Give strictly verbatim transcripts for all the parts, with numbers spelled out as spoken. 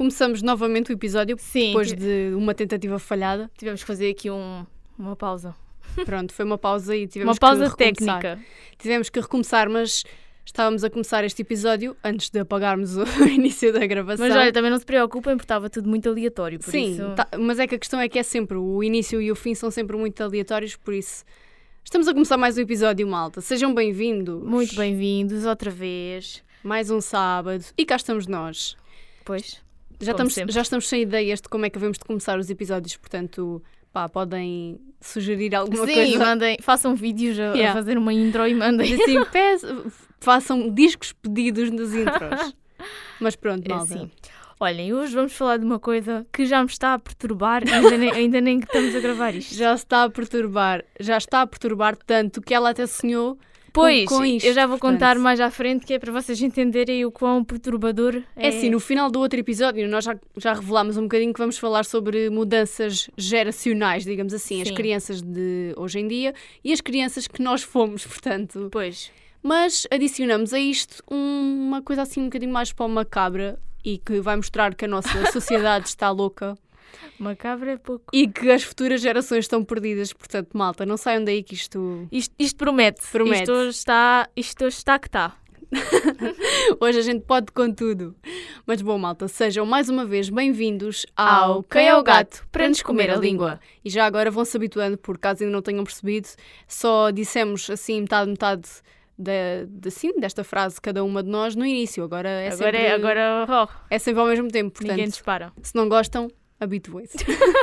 Começamos novamente o episódio. Sim, depois tive- de uma tentativa falhada. Tivemos que fazer aqui um, uma pausa. Pronto, foi uma pausa e tivemos Uma pausa que recomeçar. técnica. Tivemos que recomeçar, mas estávamos a começar este episódio antes de apagarmos o início da gravação. Mas olha, também não se preocupem porque estava tudo muito aleatório. Por Sim, isso... tá- mas é que a questão é que é sempre, o início e o fim são sempre muito aleatórios, por isso estamos a começar mais um episódio, malta. Sejam bem-vindos. Muito bem-vindos outra vez. Mais um sábado. E cá estamos nós. Pois, Já Como estamos, sempre. já estamos sem ideias de como é que havemos de começar os episódios, portanto, pá, podem sugerir alguma sim, coisa. mandem, façam vídeos a, Yeah. a fazer uma intro e mandem. Mas assim, peço- façam discos pedidos nos intros. Mas pronto, É malta. assim. Olhem, hoje vamos falar de uma coisa que já me está a perturbar, ainda nem, ainda nem que estamos a gravar isto. Já se está a perturbar, já está a perturbar tanto que ela até sonhou Pois, com isto, eu já vou contar portanto. mais à frente, que é para vocês entenderem o quão perturbador é. É assim, no final do outro episódio nós já, já revelámos um bocadinho que vamos falar sobre mudanças geracionais, digamos assim, as Sim. crianças de hoje em dia e as crianças que nós fomos, portanto. Pois, Mas adicionamos a isto um- uma coisa assim um bocadinho mais para o macabra e que vai mostrar que a nossa sociedade está louca macabro é pouco. e que as futuras gerações estão perdidas, portanto, malta, não saiam daí que isto... Isto, isto promete. Promete. Isto hoje está, isto hoje está que está. Hoje a gente pode com tudo. Mas bom, malta, sejam mais uma vez bem-vindos ao Ao Quem é o Gato para nos comer a língua. E já agora vão se habituando, por caso ainda não tenham percebido, só dissemos assim metade, metade da, de, assim, desta frase cada uma de nós no início. Agora é agora sempre, é, agora, oh, é sempre ao mesmo tempo, portanto, ninguém dispara. se não gostam, habituem-se.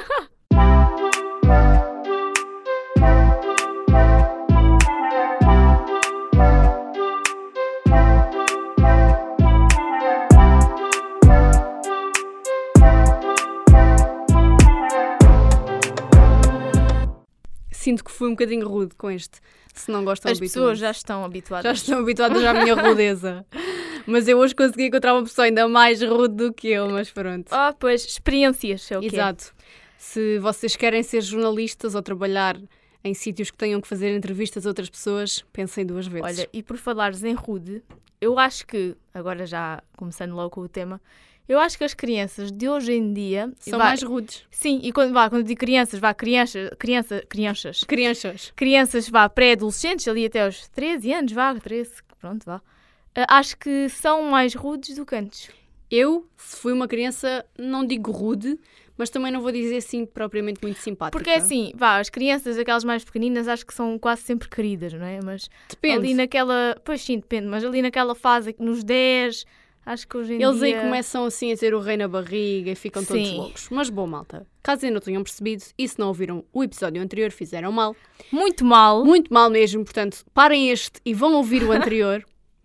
Sinto que fui um bocadinho rude com este. Se não gostam, As pessoas já estão habituadas. já estão habituadas à minha rudeza. Mas eu hoje consegui encontrar uma pessoa ainda mais rude do que eu, mas pronto. Ah, pois, experiências é o que é. Exato. Se vocês querem ser jornalistas ou trabalhar em sítios que tenham que fazer entrevistas a outras pessoas, pensem duas vezes. Olha, e por falares em rude, eu acho que, agora já começando logo com o tema, eu acho que as crianças de hoje em dia... são vá, mais rudes. Sim, e quando, vá, quando digo crianças, vá, crianças, criança, crianças, Crianças. crianças, vá, pré-adolescentes, ali até aos treze anos, vá, treze, pronto, vá. Ah, acho que são mais rudes do que antes. Eu, se fui uma criança, não digo rude, mas também não vou dizer assim propriamente muito simpática. Porque é assim, vá, as crianças, aquelas mais pequeninas, acho que são quase sempre queridas, não é? Mas Depende. ali naquela, pois sim, depende, mas ali naquela fase, nos dez, acho que hoje em Eles dia... aí começam assim a ter o rei na barriga e ficam todos Sim. loucos. Mas bom, malta, caso ainda não tenham percebido e se não ouviram o episódio anterior, fizeram mal. Muito mal. Muito mal mesmo, portanto, parem este e vão ouvir o anterior.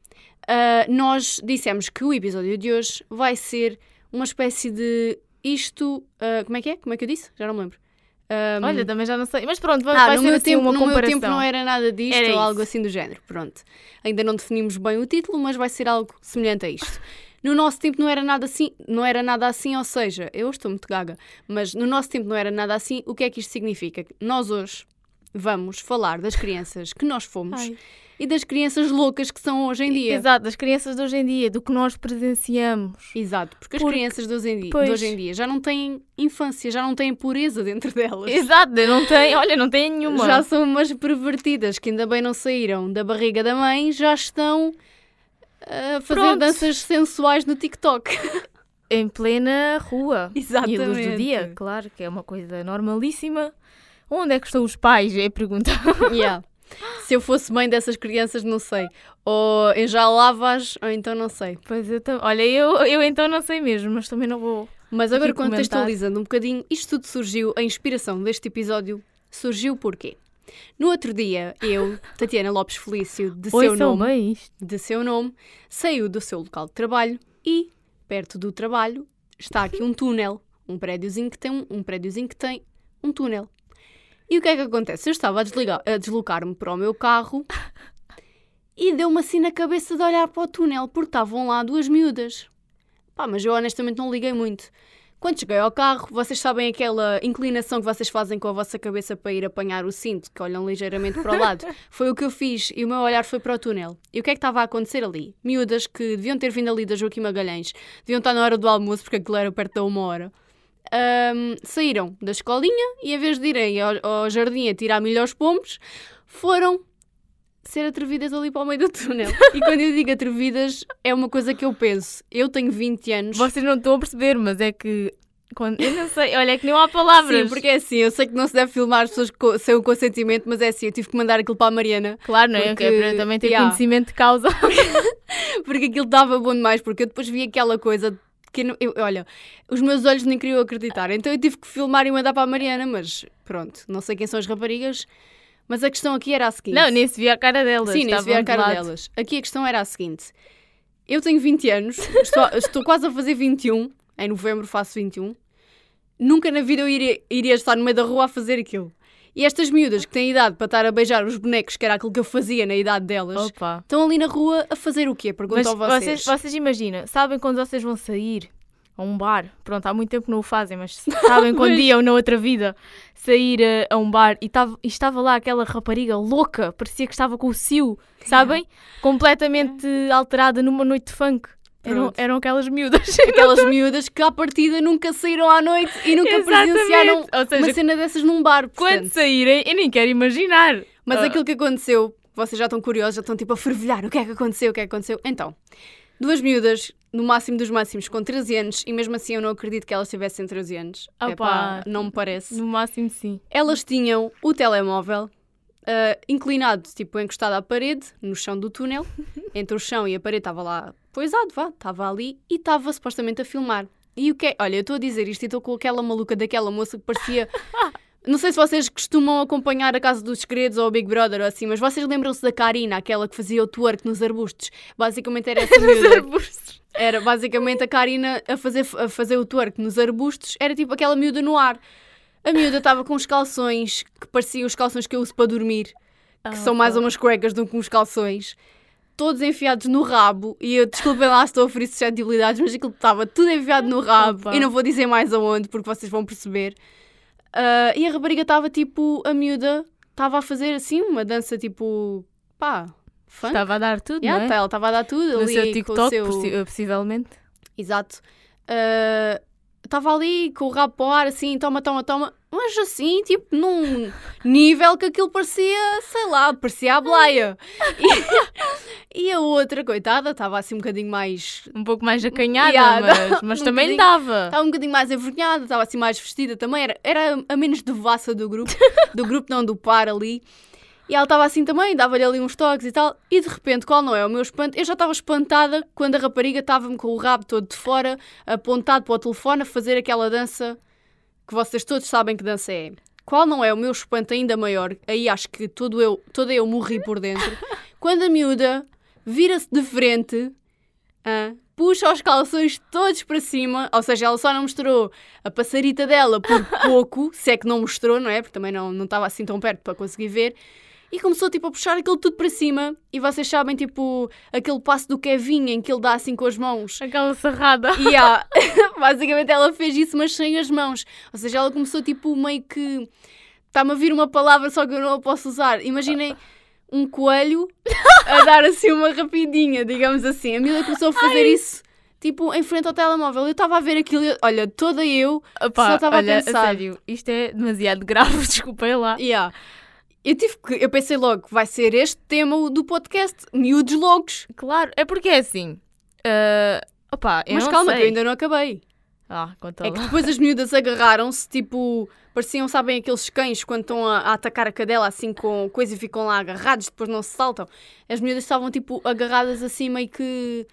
Uh, nós dissemos que o episódio de hoje vai ser uma espécie de isto... uh, como é que é? Como é que eu disse? Já não me lembro. Um, Olha, também já não sei. Mas pronto, vai, ah, vai no ser meu, assim tempo, uma no meu comparação. tempo não era nada disto Era ou isso. algo assim do género. Pronto. Ainda não definimos bem o título, mas vai ser algo semelhante a isto. No nosso tempo não era nada assim, não era nada assim, ou seja, eu estou muito gaga, mas no nosso tempo não era nada assim. O que é que isto significa? Nós hoje vamos falar das crianças que nós fomos Ai. e das crianças loucas que são hoje em dia. Exato, das crianças de hoje em dia, do que nós presenciamos. Exato, porque, as Porque- crianças de hoje, em dia, pois. de hoje em dia já não têm infância, já não têm pureza dentro delas. Exato, não tem, olha, não tem nenhuma. Já são umas pervertidas que ainda bem não saíram da barriga da mãe, já estão a fazer Pronto. danças sensuais no TikTok. Em plena rua. Exatamente. E a luz do dia, claro, que é uma coisa normalíssima. Onde é que estão os pais? É a pergunta. Yeah. Se eu fosse mãe dessas crianças, não sei. Ou enjaulava-as, ou então não sei. Pois eu tam... Olha, eu, eu então não sei mesmo, mas também não vou. Mas agora Aqui comentar. contextualizando um bocadinho, isto tudo surgiu, a inspiração deste episódio surgiu porquê? No outro dia, eu, Tatiana Lopes Felício, de seu Ouçam nome, bem isto. de seu nome, saiu do seu local de trabalho e, perto do trabalho, está aqui um túnel. Um prédiozinho que tem um, um prédiozinho que tem um túnel. E o que é que acontece? Eu estava a, desligar, a deslocar-me para o meu carro e deu-me assim na cabeça de olhar para o túnel, porque estavam lá duas miúdas. Pá, mas eu honestamente não liguei muito. Quando cheguei ao carro, vocês sabem aquela inclinação que vocês fazem com a vossa cabeça para ir apanhar o cinto, que olham ligeiramente para o lado? Foi o que eu fiz e o meu olhar foi para o túnel. E o que é que estava a acontecer ali? Miúdas que deviam ter vindo ali da Joaquim Magalhães, deviam estar na hora do almoço, porque aquilo era perto da uma hora, um, saíram da escolinha e em vez de irem ao, ao jardim a tirar milho aos pombos, foram ser atrevidas ali para o meio do túnel. E quando eu digo atrevidas, é uma coisa que eu penso. Eu tenho vinte anos. Vocês não estão a perceber, mas é que... Quando... Eu não sei, olha, é que não há palavras. Sim, porque é assim, eu sei que não se deve filmar as pessoas co- sem o consentimento, mas é assim, eu tive que mandar aquilo para a Mariana. Claro, não é? Porque, É para também ter yeah. conhecimento de causa. Porque aquilo estava bom demais, porque eu depois vi aquela coisa que, eu, eu, olha, os meus olhos nem queriam acreditar. Então eu tive que filmar e mandar para a Mariana, mas pronto, não sei quem são as raparigas. Mas a questão aqui era a seguinte. Não, nem se via a cara delas. Sim, nem se via a cara lado. delas. Aqui a questão era a seguinte. Eu tenho vinte anos, estou, estou quase a fazer vinte e um, em novembro faço vinte e um. Nunca na vida eu iria, iria estar no meio da rua a fazer aquilo. E estas miúdas que têm idade para estar a beijar os bonecos, que era aquilo que eu fazia na idade delas, Opa. estão ali na rua a fazer o quê? Perguntam Mas a vocês. vocês. Vocês imaginam, sabem quando vocês vão sair a um bar? Pronto, há muito tempo que não o fazem, mas sabem quando Mas- iam na outra vida sair a, a um bar e, tava, e estava lá aquela rapariga louca, parecia que estava com o cio, sabem? Completamente alterada numa noite de funk. Eram, Pronto. eram aquelas miúdas. Aquelas miúdas que à partida nunca saíram à noite e nunca Exatamente. presenciaram Ou seja, uma cena dessas num bar. Quando Portanto. saírem, eu nem quero imaginar. Mas Ah. aquilo que aconteceu, vocês já estão curiosos, já estão tipo a fervilhar. O que é que aconteceu? O que é que aconteceu? Então, duas miúdas, no máximo dos máximos, com treze anos, e mesmo assim eu não acredito que elas tivessem treze anos. Opa. Epá, não me parece. No máximo, sim. Elas tinham o telemóvel ah, inclinado, tipo encostado à parede, no chão do túnel. Entre o chão e a parede estava lá, poisado, vá, estava ali e estava supostamente a filmar. E o que é? Olha, eu estou a dizer isto e estou com aquela maluca daquela moça que parecia... Não sei se vocês costumam acompanhar a Casa dos Segredos ou o Big Brother ou assim, mas vocês lembram-se da Karina, aquela que fazia o twerk nos arbustos? Basicamente era essa miúda. Era basicamente a Karina a fazer, a fazer o twerk nos arbustos, era tipo aquela miúda no ar. A miúda estava com uns calções que pareciam os calções que eu uso para dormir, que Ah, são mais pá. umas cuecas do que uns calções, todos enfiados no rabo. E eu, desculpem lá se estou a oferecer suscetibilidades, mas aquilo estava tudo enfiado no rabo. Opa. E não vou dizer mais aonde, porque vocês vão perceber. Ah, e a rapariga estava tipo, a miúda estava a fazer assim uma dança tipo, pá, funk. Estava a dar tudo, Yeah, não é? tá, ela estava a dar tudo No ali seu com o TikTok, seu... possi- possivelmente. Exato. Ah, Estava ali com o rabo para o ar, assim, toma, toma, toma. Mas assim, tipo, num nível que aquilo parecia, sei lá, parecia a Blaia. E, e a outra, coitada, estava assim um bocadinho mais... Um pouco mais acanhada, Yeah, mas, mas um também lhe bocadinho- dava. Estava um bocadinho mais envergonhada, estava assim mais vestida também. Era, era a menos devassa do grupo. Do grupo, não, do par ali. E ela estava assim também, dava-lhe ali uns toques e tal. E de repente, qual não é o meu espanto? Eu já estava espantada quando a rapariga estava-me com o rabo todo de fora, apontado para o telefone, a fazer aquela dança que vocês todos sabem que dança é. Qual não é o meu espanto ainda maior? Aí acho que todo eu, toda eu morri por dentro. Quando a miúda vira-se de frente, ah, puxa os calções todos para cima, ou seja, ela só não mostrou a passarita dela por pouco, se é que não mostrou, não é? Porque também não, não estava assim tão perto para conseguir ver. E começou, tipo, a puxar aquilo tudo para cima. E vocês sabem, tipo, aquele passo do Kevin em que ele dá assim com as mãos. Aquela sarrada. E ah, basicamente ela fez isso, mas sem as mãos. Ou seja, ela começou, tipo, meio que... Está-me a vir uma palavra, só que eu não a posso usar. Imaginem um coelho a dar assim uma rapidinha, digamos assim. A miúda começou a fazer isso, tipo, em frente ao telemóvel. Eu estava a ver aquilo, e, olha, toda eu Opa, só estava a olha, pensar. sério, isto é demasiado grave, desculpem lá. Yeah. Eu, tive que, eu pensei logo, vai ser este tema do podcast, miúdos loucos. Claro, é porque é assim. ah, opa, eu Mas não calma, sei. que eu ainda não acabei. Ah, conta É lá. que depois as miúdas agarraram-se, tipo, pareciam, sabem, aqueles cães quando estão a, a atacar a cadela assim com coisa e ficam lá agarrados, depois não se saltam. As miúdas estavam, tipo, agarradas assim meio que...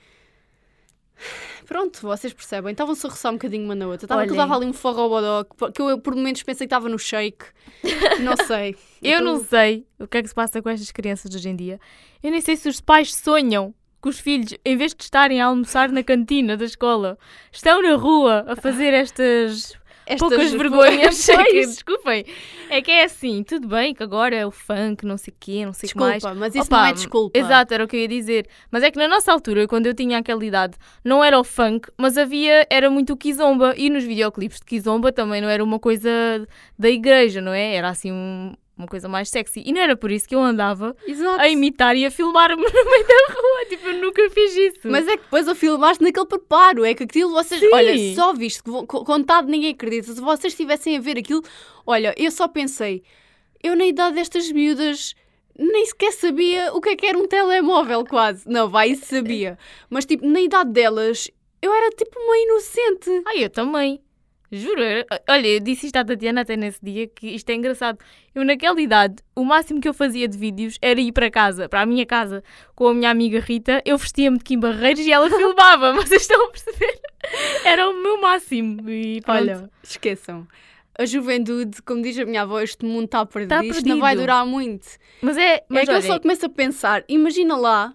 Pronto, vocês percebem. Estavam-se a roçar um bocadinho uma na outra. Estava Olhem. dava ali um forró-bodó, que eu por momentos pensei que estava no shake. Não sei. Eu não Então, sei o que é que se passa com estas crianças de hoje em dia. Eu nem sei se os pais sonham que os filhos, em vez de estarem a almoçar na cantina da escola, estão na rua a fazer estas estas poucas vergonhas. É que, Pois. desculpem. É que é assim, tudo bem que agora é o funk, não sei o quê, não sei o que mais. Desculpa, mas isso Opa, não é desculpa. Exato, era o que eu ia dizer. Mas é que na nossa altura, quando eu tinha aquela idade, não era o funk, mas havia, era muito o kizomba. E nos videoclipes de kizomba também não era uma coisa da igreja, não é? Era assim um, uma coisa mais sexy. E não era por isso que eu andava Exato. a imitar e a filmar-me no meio da rua. Tipo, eu nunca fiz isso. Mas é que depois a filmaste naquele preparo. É que aquilo vocês... Sim. Olha, só viste, que vo- co- contado ninguém acredita. Se vocês estivessem a ver aquilo... Olha, eu só pensei... Eu na idade destas miúdas... Nem sequer sabia o que é que era um telemóvel, quase. Não, vai, isso sabia. Mas, tipo, na idade delas... Eu era, tipo, uma inocente. Ai, eu também. Juro. eu- Olha, eu disse isto à Tatiana até nesse dia, que isto é engraçado. Eu naquela idade, o máximo que eu fazia de vídeos era ir para casa, para a minha casa, com a minha amiga Rita. Eu vestia-me de Kim Barreiros e ela filmava. Vocês estão a perceber? Era o meu máximo. E pronto. Olha, esqueçam. A juventude, como diz a minha avó, este mundo está perdido. Tá Isto não vai perdido. durar muito. Mas é... Mas é que eu olha, só começo a pensar, imagina lá,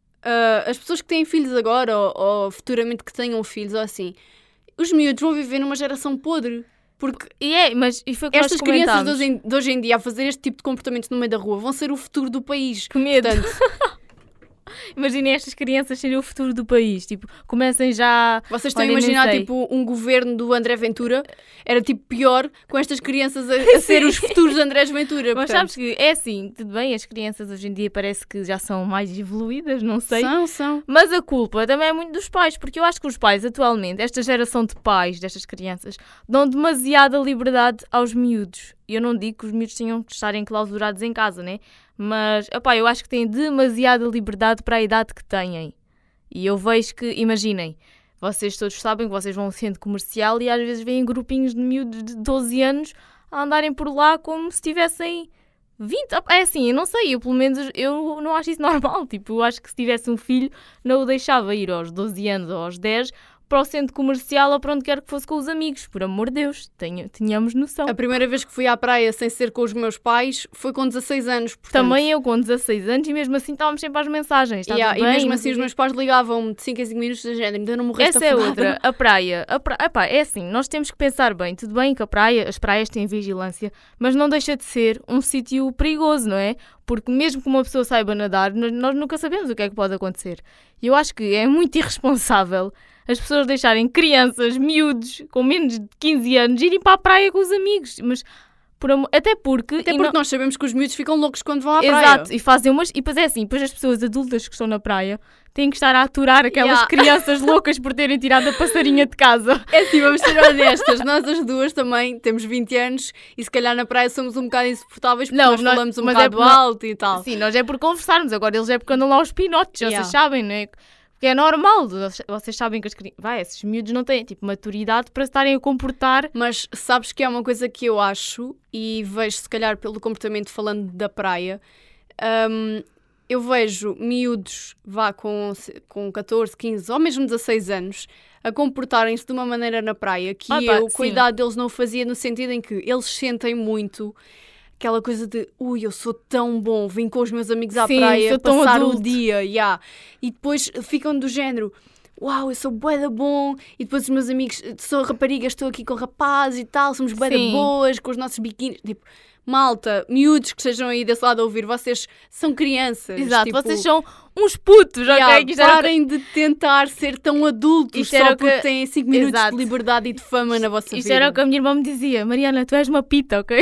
ah, as pessoas que têm filhos agora, ou, ou futuramente que tenham filhos, ou assim, os miúdos vão viver numa geração podre. Porque E é, mas e foi o que estas nós crianças de comentámos. hoje, em, de hoje em dia a fazer este tipo de comportamento no meio da rua vão ser o futuro do país. Que medo. Portanto, Imaginem estas crianças serem o futuro do país. Tipo, comecem já... vocês estão Olha, a nem imaginar sei. tipo um governo do André Ventura era tipo pior com estas crianças a, a ser os futuros de Andrés Ventura. Mas portanto. sabes que é assim, tudo bem, as crianças hoje em dia parece que já são mais evoluídas, não sei. São, são. Mas a culpa também é muito dos pais, porque eu acho que os pais atualmente, esta geração de pais destas crianças, dão demasiada liberdade aos miúdos. E eu não digo que os miúdos tenham que estar enclausurados em casa, né? Mas, epá, eu acho que têm demasiada liberdade para a idade que têm. E eu vejo que, imaginem, vocês todos sabem que vocês vão a um centro comercial e às vezes veem grupinhos de miúdos de doze anos a andarem por lá como se tivessem vinte. É assim, eu não sei, eu pelo menos eu não acho isso normal. Tipo, eu acho que se tivesse um filho não o deixava ir aos doze anos ou aos dez para o centro comercial ou para onde quer que fosse com os amigos. Por amor de Deus, tenha, tenhamos noção. A primeira vez que fui à praia sem ser com os meus pais foi com dezasseis anos. Portanto, Também eu com dezasseis anos e mesmo assim estávamos sempre às mensagens. Está yeah, tudo e bem, mesmo não assim sei os o quê. meus pais ligavam-me de cinco em cinco minutos de género, ainda não morreste Essa é afogada. outra, a praia. A pra... Epá, é assim, nós temos que pensar bem. Tudo bem que a praia, as praias têm vigilância, mas não deixa de ser um sítio perigoso, não é? Porque mesmo que uma pessoa saiba nadar, nós nós nunca sabemos o que é que pode acontecer. E eu acho que é muito irresponsável as pessoas deixarem crianças, miúdos, com menos de quinze anos, irem para a praia com os amigos. Mas, por amor... Até porque... Até e porque não- nós sabemos que os miúdos ficam loucos quando vão à praia. Exato, e fazem umas... E depois é assim, depois as pessoas adultas que estão na praia têm que estar a aturar aquelas Yeah. crianças loucas por terem tirado a passarinha de casa. É assim, vamos ser honestas. Nós as duas também temos vinte anos e se calhar na praia somos um bocado insuportáveis porque Não, nós nós- falamos um mas é bocado por nós- alto e tal. Sim, nós é por conversarmos, agora eles é porque andam lá aos pinotes, Yeah. vocês sabem, não é? Porque é normal, vocês- vocês sabem que as crianças... Vai, esses miúdos não têm, tipo, maturidade para se estarem a comportar... Mas sabes que é uma coisa que eu acho e vejo se calhar pelo comportamento falando da praia, hum, eu vejo miúdos vá com, com catorze, quinze ou mesmo dezasseis anos a comportarem-se de uma maneira na praia que Ah, pá, eu, com a sim. idade deles, não o fazia, no sentido em que eles sentem muito aquela coisa de ui, eu sou tão bom, vim com os meus amigos à Sim, praia sou tão passar o adulto. dia, yeah. E depois ficam do género uau, eu sou bué da bom, e depois os meus amigos, sou rapariga, estou aqui com rapazes e tal, somos bué da Sim. boas, com os nossos biquínis, tipo, malta, miúdos que estejam aí desse lado a ouvir, vocês são crianças. Exato, tipo, vocês são uns putos, ok? yeah, Que isto era o que- parem de tentar ser tão adultos Isto era só o que- porque têm cinco minutos Exato. de liberdade e de fama na vossa Isto vida. era o que a minha irmã me dizia, Mariana, tu és uma pita, ok?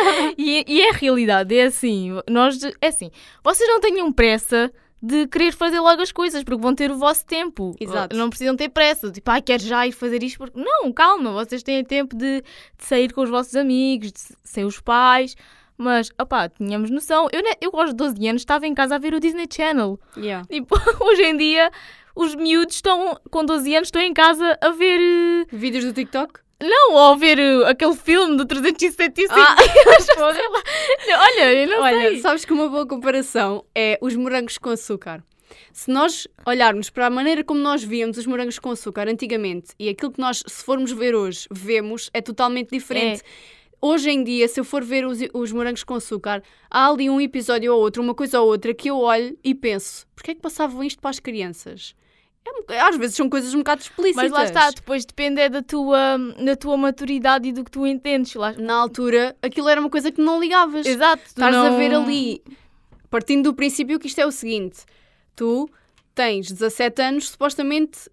e, e é a realidade, é assim, nós, é assim, vocês não tenham pressa de querer fazer logo as coisas, porque vão ter o vosso tempo. Exato. Não precisam ter pressa, tipo, ai, quero já ir fazer isto, porque... Não, calma, vocês têm tempo de, de sair com os vossos amigos, de ser os pais, mas, opá, tínhamos noção. Eu, ne- eu aos doze anos estava em casa a ver o Disney Channel. Yeah. Tipo, hoje em dia, os miúdos estão, com doze anos, estão em casa a ver... eh, Vídeos do TikTok? Não, ou ver uh, aquele filme do trezentos e setenta e cinco Ah. dias, sei lá. Olha, eu não Olha, sei. sabes que uma boa comparação é os morangos com açúcar. Se nós olharmos para a maneira como nós víamos os morangos com açúcar antigamente e aquilo que nós, se formos ver hoje, vemos, é totalmente diferente. Hoje em dia, se eu for ver os, os morangos com açúcar, há ali um episódio ou outro, uma coisa ou outra, que eu olho e penso, porquê é que passavam isto para as crianças? É, às vezes são coisas um bocado explícitas. Mas lá está, depois depende é da tua, da tua maturidade e do que tu entendes. Lá... Na altura, aquilo era uma coisa que não ligavas. Exato. Estás não... a ver ali, partindo do princípio que isto é o seguinte. Tu tens dezassete anos, supostamente,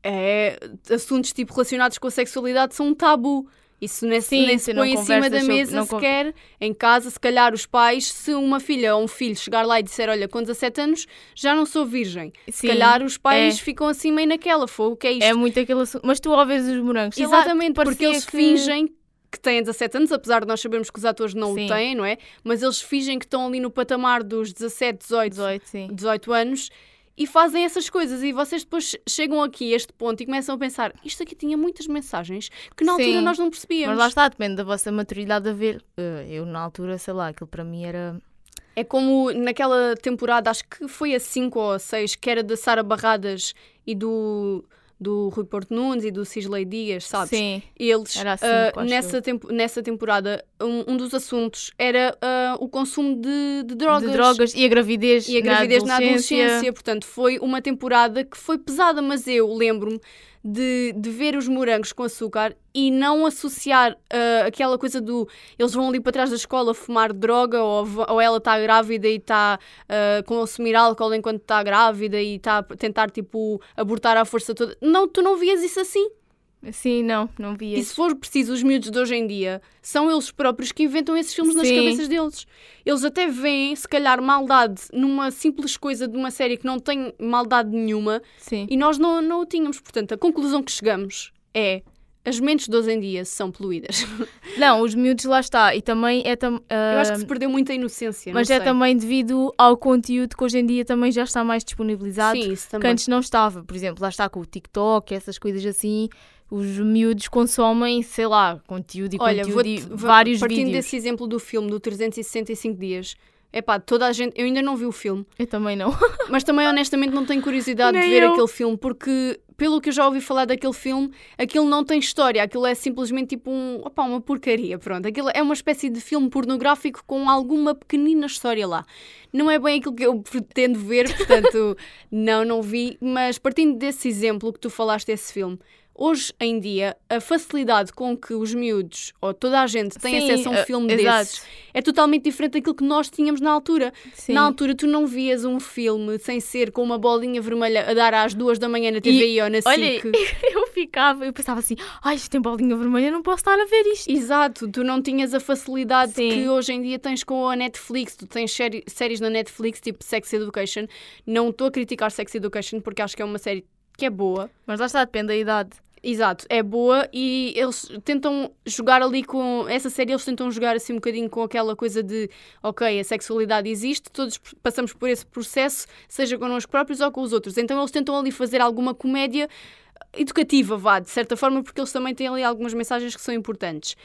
é, assuntos tipo relacionados com a sexualidade são um tabu. Isso nem, Sim, nem se põe em cima da mesa sobre, sequer. Em casa, se calhar os pais, se uma filha ou um filho chegar lá e disser, olha, com dezassete anos já não sou virgem. Sim, se calhar os pais é. ficam assim meio naquela, fogo, o que é isto? É muito aquele assunto. Mas tu ao vezes os morangos, exatamente, lá, porque eles que... fingem que têm dezassete anos, apesar de nós sabermos que os atores não sim. o têm, não é? Mas eles fingem que estão ali no patamar dos dezassete, dezoito, dezoito, sim. dezoito anos e fazem essas coisas. E vocês depois chegam aqui a este ponto e começam a pensar, isto aqui tinha muitas mensagens que na altura sim. nós não percebíamos. Mas lá está, depende da vossa maturidade a ver. Eu na altura, sei lá, aquilo para mim era... É como naquela temporada, acho que foi a cinco ou a seis, que era da Sara Barradas e do... do Rui Porto Nunes e do Cisley Dias, sabes? Sim, eles, era a cinco, uh, nessa, tempo, nessa temporada, um, um dos assuntos era uh, o consumo de, de drogas. De drogas e a gravidez, e a gravidez na adolescência. na adolescência. Portanto, foi uma temporada que foi pesada, mas eu lembro-me de, de ver os morangos com açúcar e não associar uh, aquela coisa do eles vão ali para trás da escola fumar droga ou, ou ela está grávida e está a uh, consumir álcool enquanto está grávida e está a tentar tipo abortar à força toda. Não, tu não vias isso assim? Sim, não, não via. E se for preciso, os miúdos de hoje em dia são eles próprios que inventam esses filmes nas Sim. cabeças deles. Eles até veem, se calhar, maldade numa simples coisa de uma série que não tem maldade nenhuma. Sim. E nós não, não o tínhamos. Portanto, a conclusão que chegamos é as mentes de hoje em dia são poluídas. Não, os miúdos lá está. E também é... Tam, uh, Eu acho que se perdeu muita inocência. Mas não é sei. também devido ao conteúdo que hoje em dia também já está mais disponibilizado. Sim, isso que também. antes não estava. Por exemplo, lá está com o TikTok, essas coisas assim. Os miúdos consomem, sei lá, conteúdo e Olha, conteúdo vou-te- e vou- vários partindo vídeos. desse exemplo do filme do trezentos e sessenta e cinco dias, epá, toda a gente... Eu ainda não vi o filme, Eu também não. mas também honestamente não tenho curiosidade de Nem ver eu. aquele filme, porque pelo que eu já ouvi falar daquele filme, aquilo não tem história, aquilo é simplesmente tipo um, opá, uma porcaria, pronto. Aquilo é uma espécie de filme pornográfico com alguma pequenina história lá. Não é bem aquilo que eu pretendo ver, portanto, não, não vi, mas partindo desse exemplo que tu falaste desse filme, hoje em dia, a facilidade com que os miúdos, ou toda a gente, tem Sim, acesso a um uh, filme exato. desses, é totalmente diferente daquilo que nós tínhamos na altura. Sim. Na altura, tu não vias um filme sem ser com uma bolinha vermelha a dar às duas da manhã na T V I ou na Olha, SIC. eu ficava, eu pensava assim, ai, isto tem bolinha vermelha, eu não posso estar a ver isto. Exato, tu não tinhas a facilidade Sim. que hoje em dia tens com a Netflix. Tu tens série, séries na Netflix, tipo Sex Education. Não estou a criticar Sex Education porque acho que é uma série que é boa. Mas lá está, depende da idade. Exato, é boa e eles tentam jogar ali com... Essa série eles tentam jogar assim um bocadinho com aquela coisa de ok, a sexualidade existe, todos passamos por esse processo, seja connosco próprios ou com os outros. Então eles tentam ali fazer alguma comédia educativa, vá, de certa forma, porque eles também têm ali algumas mensagens que são importantes.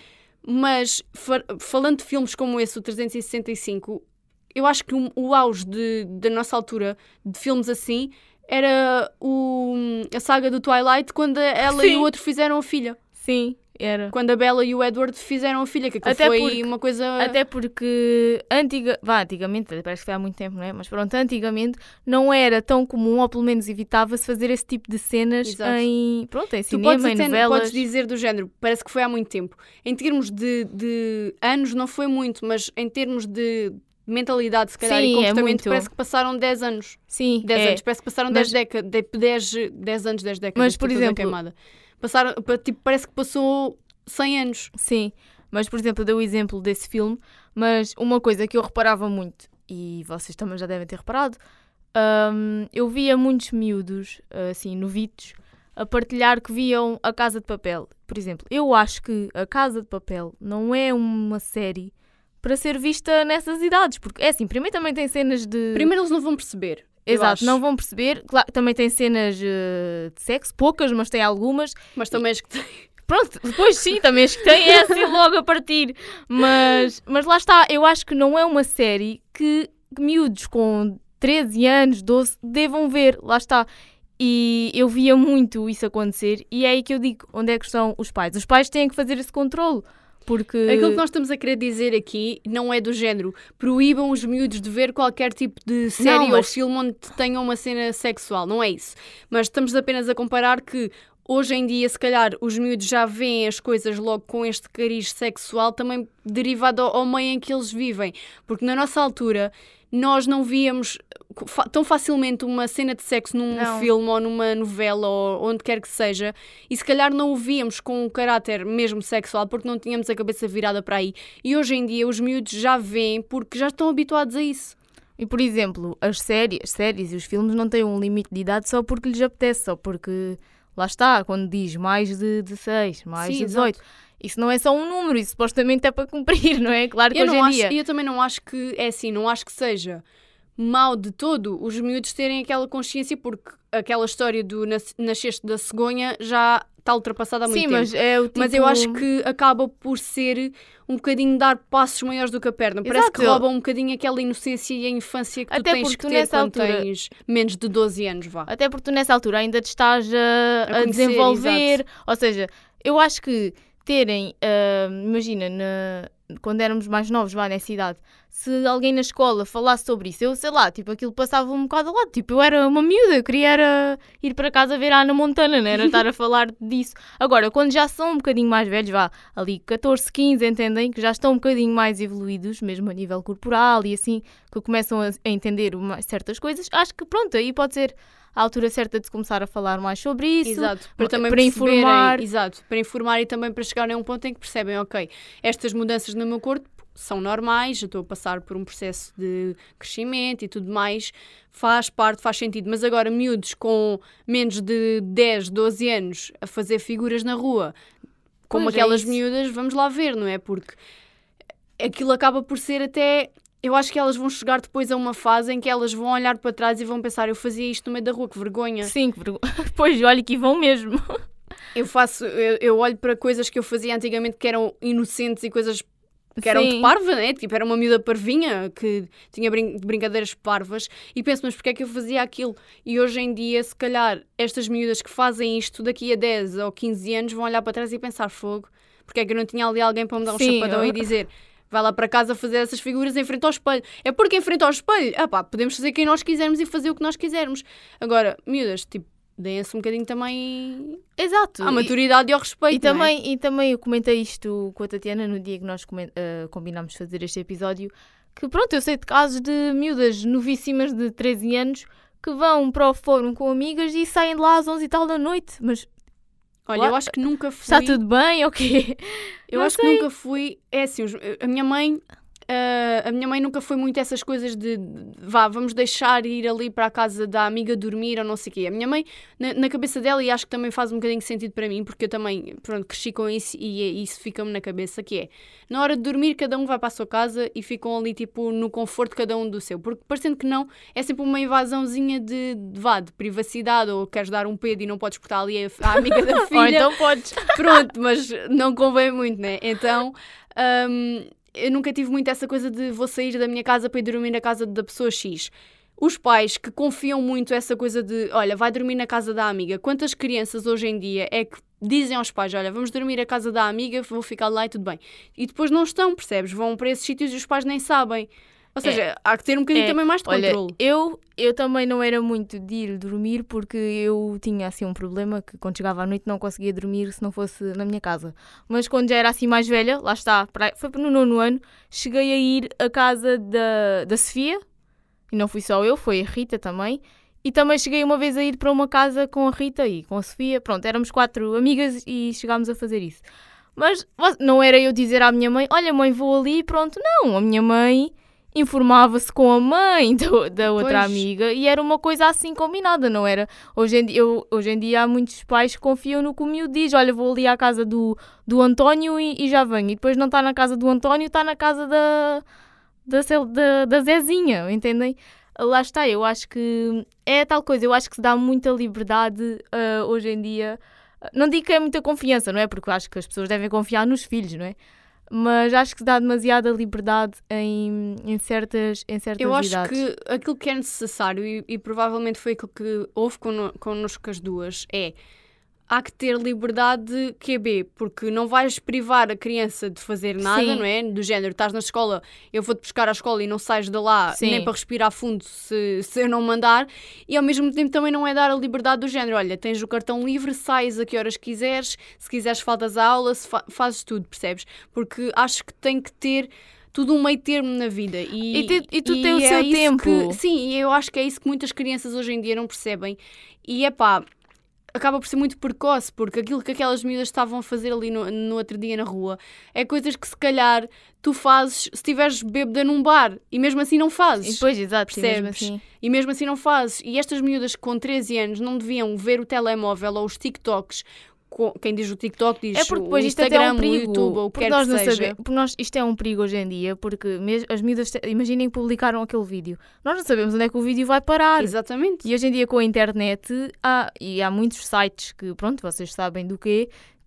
Mas fa- falando de filmes como esse, o trezentos e sessenta e cinco, eu acho que o, o auge de, da nossa altura de filmes assim era o, a saga do Twilight, quando ela Sim. e o outro fizeram a filha. Sim, era. Quando a Bella e o Edward fizeram a filha, que aquilo Até foi porque- uma coisa... Até porque antiga, vá, antigamente, parece que foi há muito tempo, não é? Mas pronto, antigamente não era tão comum, ou pelo menos evitava-se fazer esse tipo de cenas Exato. em, pronto, em Tu cinema, podes, em até, novelas. podes dizer do género, parece que foi há muito tempo. Em termos de, de anos não foi muito, mas em termos de mentalidade, se calhar, Sim, e é comportamento, muito. parece que passaram dez anos. Sim, dez é. anos, parece que passaram Mas- dez décadas, dez, dez anos, dez décadas. Mas, por estou toda exemplo- queimada. Passaram, pa- tipo, parece que passou cem anos. Sim, mas por exemplo, eu dei o exemplo desse filme, mas uma coisa que eu reparava muito, e vocês também já devem ter reparado, hum, eu via muitos miúdos, assim, novitos, a partilhar que viam A Casa de Papel. Por exemplo, eu acho que A Casa de Papel não é uma série para ser vista nessas idades, porque é assim, primeiro também tem cenas de... Primeiro eles não vão perceber. eu Exato, acho. não vão perceber. Claro, também tem cenas eh, de sexo, poucas, mas tem algumas. Mas também acho que tem. Pronto, depois sim, também as que tem é assim logo a partir. Mas, mas lá está, eu acho que não é uma série que miúdos com treze anos, doze, devam ver. Lá está. E eu via muito isso acontecer e é aí que eu digo, onde é que estão os pais? Os pais têm que fazer esse controle. Porque... Aquilo que nós estamos a querer dizer aqui não é do género proíbam os miúdos de ver qualquer tipo de série Não, ou mas- filme onde tenham uma cena sexual, não é isso. Mas estamos apenas a comparar que hoje em dia, se calhar, os miúdos já veem as coisas logo com este cariz sexual também derivado ao, ao meio em que eles vivem. Porque na nossa altura nós não víamos fa- tão facilmente uma cena de sexo num Não. filme ou numa novela ou onde quer que seja, e se calhar não o víamos com um caráter mesmo sexual porque não tínhamos a cabeça virada para aí. E hoje em dia os miúdos já veem porque já estão habituados a isso. E, por exemplo, as séries, as séries e os filmes não têm um limite de idade só porque lhes apetece, só porque, lá está, quando diz mais de dezesseis, mais Sim, de dezoito, isso não é só um número, isso supostamente é para cumprir, não é? Claro que Eu, hoje não em acho, dia... eu também não acho que é assim, não acho que seja mau de todo os miúdos terem aquela consciência, porque aquela história do nas- nasceste da cegonha já está ultrapassada há muito Sim, tempo. mas é o tipo... Mas eu acho que acaba por ser um bocadinho dar passos maiores do que a perna. Parece Exato. que rouba um bocadinho aquela inocência e a infância que tu Até tens porque que tu ter nessa quando altura- tens menos de doze anos, vá. Até porque tu nessa altura ainda te estás a, A a conhecer, desenvolver. Ou seja, eu acho que terem, ah, imagina, na- quando éramos mais novos, vá nessa idade, se alguém na escola falasse sobre isso, eu sei lá, tipo, aquilo passava um bocado ao lado. Tipo, eu era uma miúda, eu queria era ir para casa ver a Ana Montana, não era estar a falar disso. Agora, quando já são um bocadinho mais velhos, vá, ali catorze, quinze, entendem? Que já estão um bocadinho mais evoluídos, mesmo a nível corporal e assim, que começam a, a entender uma- certas coisas, acho que pronto, aí pode ser a altura certa de se começar a falar mais sobre isso. Exato, para também para perceberem- informar. Exato, para informar e também para chegarem a um ponto em que percebem, ok, estas mudanças no meu corpo são normais, eu estou a passar por um processo de crescimento e tudo mais, faz parte, faz sentido. Mas agora, miúdos com menos de dez, doze anos a fazer figuras na rua, como Pois é aquelas isso. miúdas, vamos lá ver, não é? Porque aquilo acaba por ser até... Eu acho que elas vão chegar depois a uma fase em que elas vão olhar para trás e vão pensar, eu fazia isto no meio da rua, que vergonha. Sim, que vergonha. Pois, olha que vão mesmo. Eu faço, eu, eu olho para coisas que eu fazia antigamente que eram inocentes e coisas que eram Sim. de parva, né? Tipo, era uma miúda parvinha que tinha brin- brincadeiras parvas e penso, mas porquê é que eu fazia aquilo? E hoje em dia, se calhar, estas miúdas que fazem isto daqui a dez ou quinze anos vão olhar para trás e pensar, fogo, porque é que eu não tinha ali alguém para me dar um Sim, chapadão eu- e dizer... Vai lá para casa fazer essas figuras em frente ao espelho. É porque em frente ao espelho, ah pá, podemos fazer quem nós quisermos e fazer o que nós quisermos. Agora, miúdas, tipo, deem-se um bocadinho também Exato. à E- maturidade e ao respeito, E não é? também, e também eu comentei isto com a Tatiana no dia que nós comen- eh, combinámos fazer este episódio, que pronto, eu sei de casos de miúdas novíssimas de treze anos que vão para o fórum com amigas e saem de lá às onze e tal da noite. Mas Olha, eu acho que nunca fui... está tudo bem? O quê? Eu Não acho que nunca fui... É assim, os- a minha mãe... ah, a minha mãe nunca foi muito essas coisas de, de vá, vamos deixar ir ali para a casa da amiga dormir ou não sei o quê. A minha mãe, na, na cabeça dela, e acho que também faz um bocadinho de sentido para mim, porque eu também, pronto, cresci com isso e, e isso fica-me na cabeça, que é, na hora de dormir, cada um vai para a sua casa e ficam ali, tipo, no conforto, cada um do seu. Porque, parecendo que não, é sempre uma invasãozinha de, de, vá, de privacidade, ou queres dar um pedo e não podes portar ali a, a amiga da filha. Ou então podes. Pronto, mas não convém muito, né? Então, hum, eu nunca tive muito essa coisa de vou sair da minha casa para ir dormir na casa da pessoa X. Os pais que confiam muito essa coisa de, olha, vai dormir na casa da amiga. Quantas crianças hoje em dia é que dizem aos pais, olha, vamos dormir à casa da amiga, vou ficar lá e tudo bem. E depois não estão, percebes? Vão para esses sítios e os pais nem sabem. Ou seja, há que ter um bocadinho É, também mais de Olha, controle. eu, eu também não era muito de ir dormir porque eu tinha assim um problema que quando chegava à noite não conseguia dormir se não fosse na minha casa. Mas quando já era assim mais velha, lá está, para- foi no nono ano, cheguei a ir à casa da, da Sofia, e não fui só eu, foi a Rita também, e também cheguei uma vez a ir para uma casa com a Rita e com a Sofia, pronto, éramos quatro amigas e chegámos a fazer isso. Mas não era eu dizer à minha mãe, olha mãe, vou ali e pronto, não, a minha mãe informava-se com a mãe do- da outra Pois. amiga e era uma coisa assim combinada, não era? Hoje em, dia, eu, hoje em dia há muitos pais que confiam no que o miúdo diz, olha, vou ali à casa do, do António e, e já venho. E depois não está na casa do António, está na casa da, da, Cel- da, da Zezinha, entendem? Lá está, eu acho que é tal coisa, eu acho que se dá muita liberdade ah, hoje em dia. Não digo que é muita confiança, não é? Porque eu acho que as pessoas devem confiar nos filhos, não é? Mas acho que se dá demasiada liberdade em, em certas, em certas Eu acho idades. que aquilo que é necessário, e, e provavelmente foi aquilo que houve conno- connosco as duas, é há que ter liberdade Q B, porque não vais privar a criança de fazer nada, Sim. não é? Do género, estás na escola, eu vou-te buscar à escola e não sais de lá Sim. nem para respirar fundo se, se eu não mandar, e ao mesmo tempo também não é dar a liberdade do género, olha, tens o cartão livre, sais a que horas quiseres, se quiseres faltas à aula, se fa- fazes tudo, percebes? Porque acho que tem que ter tudo um meio termo na vida. E, E te- e tu e tens o é seu isso tempo. que- sim, e eu acho que é isso que muitas crianças hoje em dia não percebem. E é pá, acaba por ser muito precoce, porque aquilo que aquelas miúdas estavam a fazer ali no, no outro dia na rua é coisas que se calhar tu fazes se estiveres bêbada num bar e mesmo assim não E fazes. depois, exato, sim, mesmo Percebes? assim. E mesmo assim não fazes. E estas miúdas com treze anos não deviam ver o telemóvel ou os TikToks. co- Quem diz o TikTok diz É porque depois o isto até é Instagram, um o perigo. YouTube ou o que porque quer nós que não seja. sabemos, porque nós, isto é um perigo hoje em dia, porque mes- as miúdas, te- imaginem que publicaram aquele vídeo. Nós não sabemos onde é que o vídeo vai parar. Exatamente. E hoje em dia com a internet há, e há muitos sites que, pronto, vocês sabem do quê,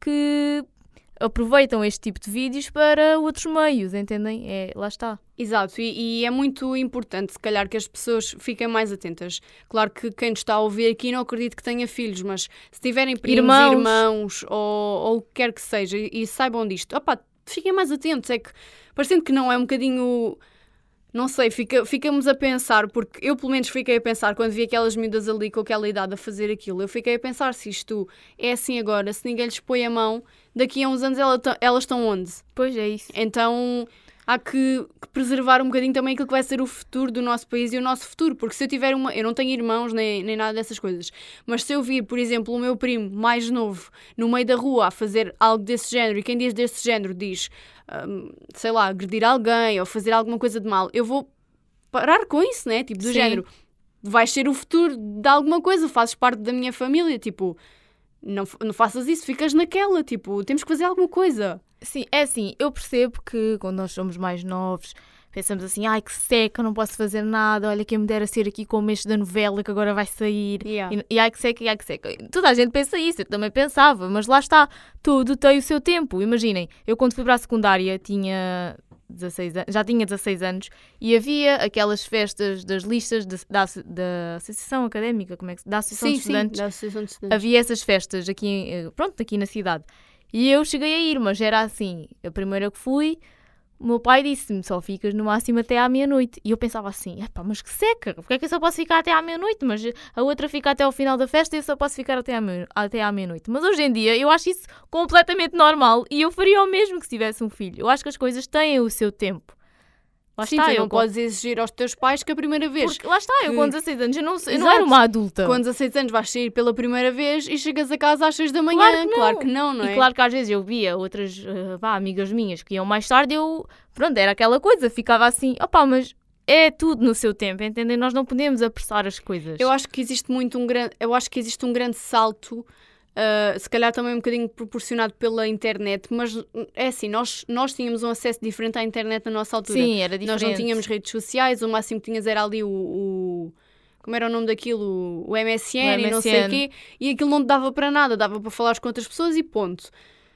que aproveitam este tipo de vídeos para outros meios, entendem? É, lá está. Exato, e, e é muito importante, se calhar, que as pessoas fiquem mais atentas. Claro que quem nos está a ouvir aqui não acredito que tenha filhos, mas se tiverem primos, Irmãos. irmãos, ou, ou o que quer que seja, e, e saibam disto, opá, fiquem mais atentos. É que, parecendo que não, é um bocadinho. Não sei, fica, ficamos a pensar, porque eu pelo menos fiquei a pensar quando vi aquelas miúdas ali com aquela idade a fazer aquilo, eu fiquei a pensar se isto é assim agora, se ninguém lhes põe a mão, daqui a uns anos ela ta- elas estão onde? Pois é isso. Então há que, que preservar um bocadinho também aquilo que vai ser o futuro do nosso país e o nosso futuro, porque se eu tiver uma... Eu não tenho irmãos nem, nem nada dessas coisas, mas se eu vir, por exemplo, o meu primo mais novo no meio da rua a fazer algo desse género, e quem diz desse género diz, hum, sei lá, agredir alguém ou fazer alguma coisa de mal, eu vou parar com isso, né? Tipo, do Sim. género, vais ser o futuro de alguma coisa, fazes parte da minha família, tipo... Não, não faças isso, ficas naquela, tipo, temos que fazer alguma coisa. Sim, é assim, eu percebo que quando nós somos mais novos, pensamos assim, ai que seca, não posso fazer nada, olha quem me dera ser aqui como este da novela que agora vai sair, Yeah. e, e ai que seca, e ai que seca. Toda a gente pensa isso, eu também pensava, mas lá está, tudo tem o seu tempo. Imaginem, eu quando fui para a secundária tinha dezasseis anos, já tinha dezasseis anos, e havia aquelas festas das listas de- da, da Associação Académica, como é que se- da Associação Sim, de Estudantes. sim, da Associação de Estudantes. Havia essas festas aqui, em- pronto, aqui na cidade. E eu cheguei a ir, mas era assim, a primeira que fui, o meu pai disse-me, só ficas no máximo até à meia-noite. E eu pensava assim, epá, mas que seca, porque é que eu só posso ficar até à meia-noite? Mas a outra fica até ao final da festa e eu só posso ficar até à, meia- até à meia-noite. Mas hoje em dia eu acho isso completamente normal e eu faria o mesmo que se tivesse um filho. Eu acho que as coisas têm o seu tempo. Lá Sim, está, tu eu não com- podes exigir aos teus pais que a primeira vez, porque lá está, eu que- com dezasseis anos, eu não, eu não Exato. era uma adulta. com dezasseis anos vais sair pela primeira vez e chegas a casa às seis da manhã. Claro que não. Claro que não, não é? E claro que às vezes eu via outras eh, vá, amigas minhas que iam mais tarde, eu, pronto, era aquela coisa, ficava assim, opá, mas é tudo no seu tempo, entendem? Nós não podemos apressar as coisas. Eu acho que existe muito um grande, eu acho que existe um grande salto, ah, se calhar também um bocadinho proporcionado pela internet, mas é assim, nós, nós tínhamos um acesso diferente à internet na nossa altura. Sim, era diferente. Nós não tínhamos redes sociais, o máximo que tinhas era ali o, o- como era o nome daquilo? O M S N, O e não sei o M S N. quê, e aquilo não te dava para nada, dava para falar com outras pessoas e ponto.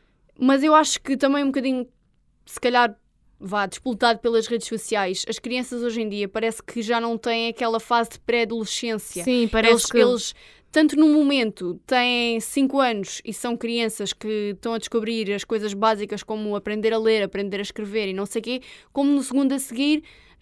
Mas eu acho que também um bocadinho, se calhar, vá, despoltado pelas redes sociais, as crianças hoje em dia parece que já não têm aquela fase de pré-adolescência. Sim, parece Eles, que... eles, tanto no momento, têm cinco anos e são crianças que estão a descobrir as coisas básicas como aprender a ler, aprender a escrever e não sei o quê, como no segundo a seguir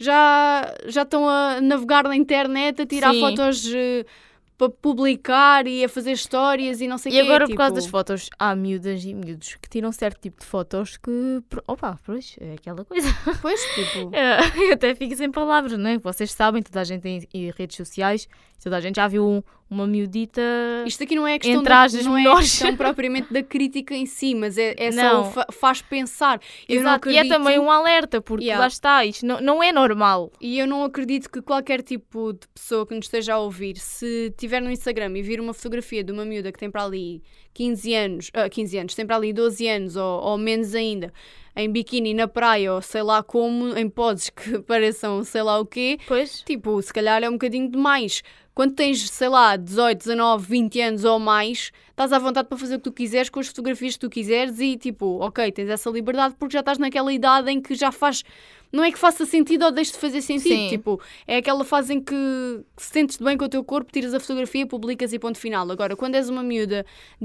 já, já estão a navegar na internet, a tirar Sim. fotos eh, para publicar e a fazer histórias e não sei o E quê. agora, tipo... por causa das fotos, há miúdas e miúdos que tiram certo tipo de fotos que... pro- Opa, pois, é aquela coisa. Pois, tipo... É, eu até fico sem palavras, não é? Vocês sabem, toda a gente tem e redes sociais, toda a gente já viu um- uma miudita... Isto aqui não é a questão, Entre da, aspas, não é a menores. questão propriamente da crítica em si, mas é, é só Não. o fa- faz pensar. Eu não Exato, e é acredito- também um alerta, porque Yeah. lá está, isto não, não é normal. E eu não acredito que qualquer tipo de pessoa que nos esteja a ouvir, se tiver no Instagram e vir uma fotografia de uma miúda que tem para ali quinze anos, ah, quinze anos, tem para ali doze anos ou, ou menos ainda, em biquíni na praia ou sei lá como, em poses que pareçam sei lá o quê, Pois. tipo, se calhar é um bocadinho demais. Quando tens, sei lá, dezoito, dezanove, vinte anos ou mais, estás à vontade para fazer o que tu quiseres com as fotografias que tu quiseres e tipo, ok, tens essa liberdade porque já estás naquela idade em que já faz... Não é que faça sentido ou deixe de fazer sentido. Sim. Tipo, é aquela fase em que se sentes-te bem com o teu corpo, tiras a fotografia, publicas e ponto final. Agora, quando és uma miúda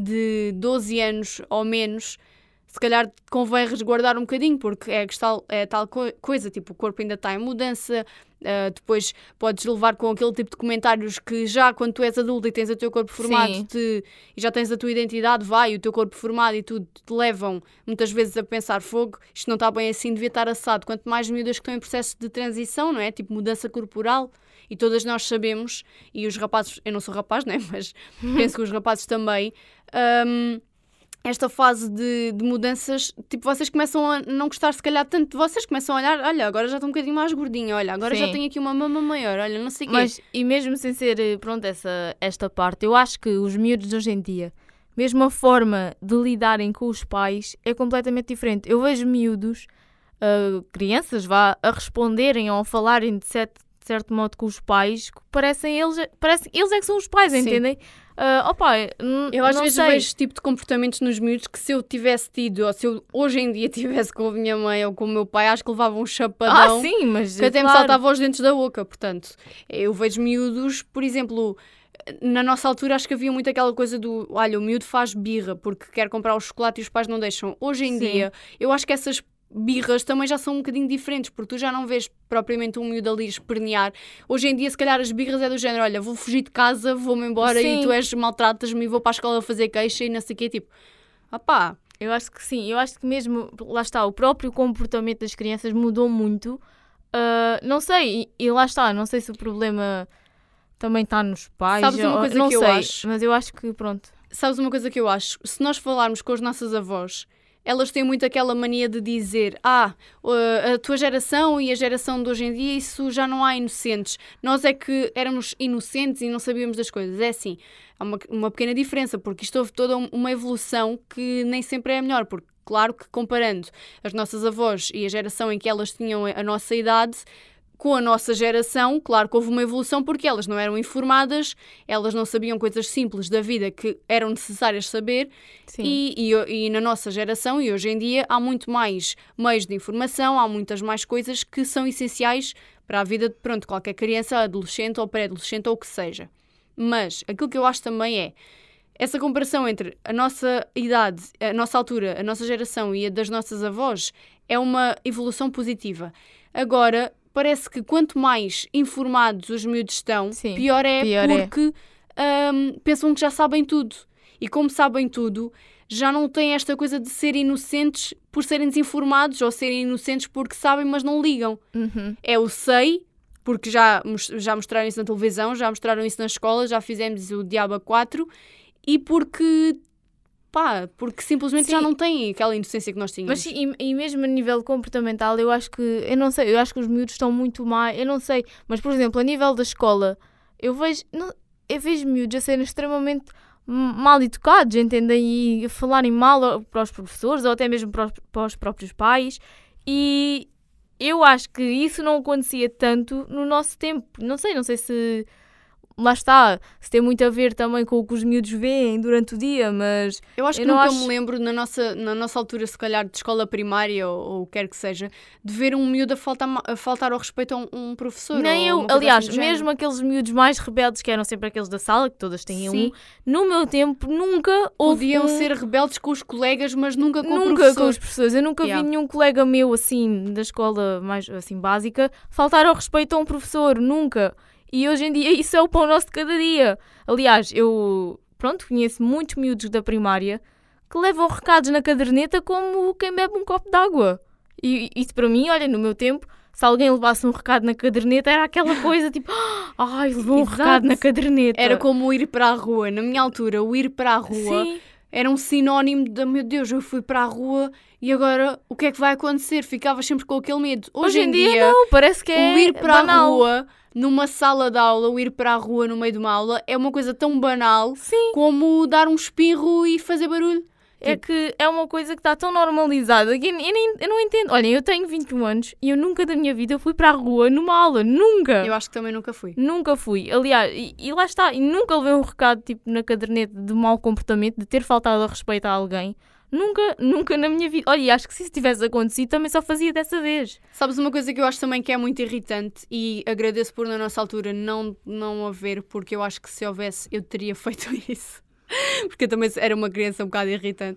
de doze anos ou menos, se calhar convém resguardar um bocadinho, porque é, tal, é tal co- coisa, tipo, o corpo ainda está em mudança, uh, depois podes levar com aquele tipo de comentários que já quando tu és adulta e tens o teu corpo formado te, e já tens a tua identidade, vai, o teu corpo formado e tudo, te levam muitas vezes a pensar, fogo, isto não está bem assim, devia estar assado. Quanto mais miúdas que estão em processo de transição, não é? Tipo, mudança corporal, e todas nós sabemos, e os rapazes, eu não sou rapaz, não é? Mas penso que os rapazes também... Um, esta fase de, de mudanças, tipo, vocês começam a não gostar se calhar tanto de vocês, começam a olhar, olha, agora já estou um bocadinho mais gordinha, olha, agora Sim. já tenho aqui uma mama maior, olha, não sei o quê. Mas, e mesmo sem ser, pronto, essa, esta parte, eu acho que os miúdos de hoje em dia, mesmo a forma de lidarem com os pais é completamente diferente. Eu vejo miúdos, uh, crianças, vá, a responderem ou a falarem de certo, de certo modo com os pais, que parecem eles, parecem, eles é que são os pais, Sim. entendem? Uh, opa, n- Eu às não vezes sei. vejo este tipo de comportamentos nos miúdos que se eu tivesse tido, ou se eu hoje em dia tivesse com a minha mãe ou com o meu pai, acho que levava um chapadão. Ah, sim, mas Que até me claro. saltava os dentes da boca, portanto. Eu vejo miúdos, por exemplo, na nossa altura acho que havia muito aquela coisa do, olha, o miúdo faz birra porque quer comprar o chocolate e os pais não deixam. Hoje em Sim. dia, eu acho que essas birras também já são um bocadinho diferentes, porque tu já não vês propriamente um miúdo ali espernear. Hoje em dia, se calhar, as birras é do género, olha, vou fugir de casa, vou-me embora Sim. e tu és, maltratas-me e vou para a escola fazer queixa e não sei o quê, tipo, opá, Eu acho que sim, eu acho que mesmo, lá está, o próprio comportamento das crianças mudou muito. Uh, não sei, e, e lá está, não sei se o problema também está nos pais. Sabes uma ou- coisa não que eu sei, acho? mas eu acho que, pronto. sabes uma coisa que eu acho? Se nós falarmos com as nossas avós, elas têm muito aquela mania de dizer, ah, a tua geração e a geração de hoje em dia, isso já não há inocentes. Nós é que éramos inocentes e não sabíamos das coisas. É assim, há uma, uma pequena diferença, porque isto houve toda uma evolução que nem sempre é a melhor, porque claro que comparando as nossas avós e a geração em que elas tinham a nossa idade, com a nossa geração, claro que houve uma evolução porque elas não eram informadas, elas não sabiam coisas simples da vida que eram necessárias saber. Sim. E, e, e na nossa geração e hoje em dia há muito mais meios de informação, há muitas mais coisas que são essenciais para a vida de pronto, qualquer criança, adolescente ou pré-adolescente ou o que seja. Mas aquilo que eu acho também é essa comparação entre a nossa idade, a nossa altura, a nossa geração e a das nossas avós é uma evolução positiva. Agora, parece que quanto mais informados os miúdos estão, Sim, pior é pior é. porque hum, pensam que já sabem tudo. E como sabem tudo, já não têm esta coisa de serem inocentes por serem desinformados ou serem inocentes porque sabem, mas não ligam. Uhum. É o sei, porque já, mos- já mostraram isso na televisão, já mostraram isso na escola, já fizemos o Diabo a quatro, e porque, pá, porque simplesmente Sim. já não têm aquela inocência que nós tínhamos. Mas sim, e, e mesmo a nível comportamental, eu acho que, eu não sei, eu acho que os miúdos estão muito mais, eu não sei, mas por exemplo, a nível da escola, eu vejo, não, eu vejo miúdos a serem extremamente m- mal educados, entendem? E a falarem mal a- para os professores ou até mesmo para os, para os próprios pais, e eu acho que isso não acontecia tanto no nosso tempo. Não sei, não sei se, lá está, se tem muito a ver também com o que os miúdos veem durante o dia, mas Eu acho que Eu não nunca acho- me lembro, na nossa, na nossa altura, se calhar, de escola primária ou, ou o que quer que seja, de ver um miúdo a faltar, ma- a faltar ao respeito a um, um professor. nem ou eu, uma coisa aliás, assim do género. mesmo aqueles miúdos mais rebeldes que eram sempre aqueles da sala, que todas tinham Sim. um, no meu tempo nunca houve Podiam um, ser rebeldes com os colegas, mas nunca com o nunca professor. com os professores. Eu nunca Yeah. vi nenhum colega meu assim da escola mais assim básica faltar ao respeito a um professor, nunca. E hoje em dia isso é o pão nosso de cada dia. Aliás, eu pronto, conheço muitos miúdos da primária que levam recados na caderneta como quem bebe um copo de água. E isso para mim, olha, no meu tempo, se alguém levasse um recado na caderneta, era aquela coisa tipo, ai, levou um Exato. recado na caderneta. Era como o ir para a rua. Na minha altura, o ir para a rua Sim, era um sinónimo de, meu Deus, eu fui para a rua e agora o que é que vai acontecer? Ficavas sempre com aquele medo. Hoje, hoje em dia, não, parece que é o ir para banal. a rua, numa sala de aula, o ir para a rua no meio de uma aula, é uma coisa tão banal Sim. como dar um espirro e fazer barulho. É Tipo- que é uma coisa que está tão normalizada que eu, eu nem, eu não entendo. Olhem, eu tenho vinte e um anos e eu nunca da minha vida fui para a rua numa aula. Nunca! Eu acho que também nunca fui. Nunca fui. Aliás, e, e lá está. E nunca levei um recado tipo na caderneta de mau comportamento, de ter faltado a respeito a alguém. Nunca, nunca na minha vida. Olha, e acho que se isso tivesse acontecido também só fazia dessa vez. Sabes uma coisa que eu acho também que é muito irritante e agradeço por na nossa altura não, não haver, porque eu acho que se houvesse eu teria feito isso. Porque eu também era uma criança um bocado irritante.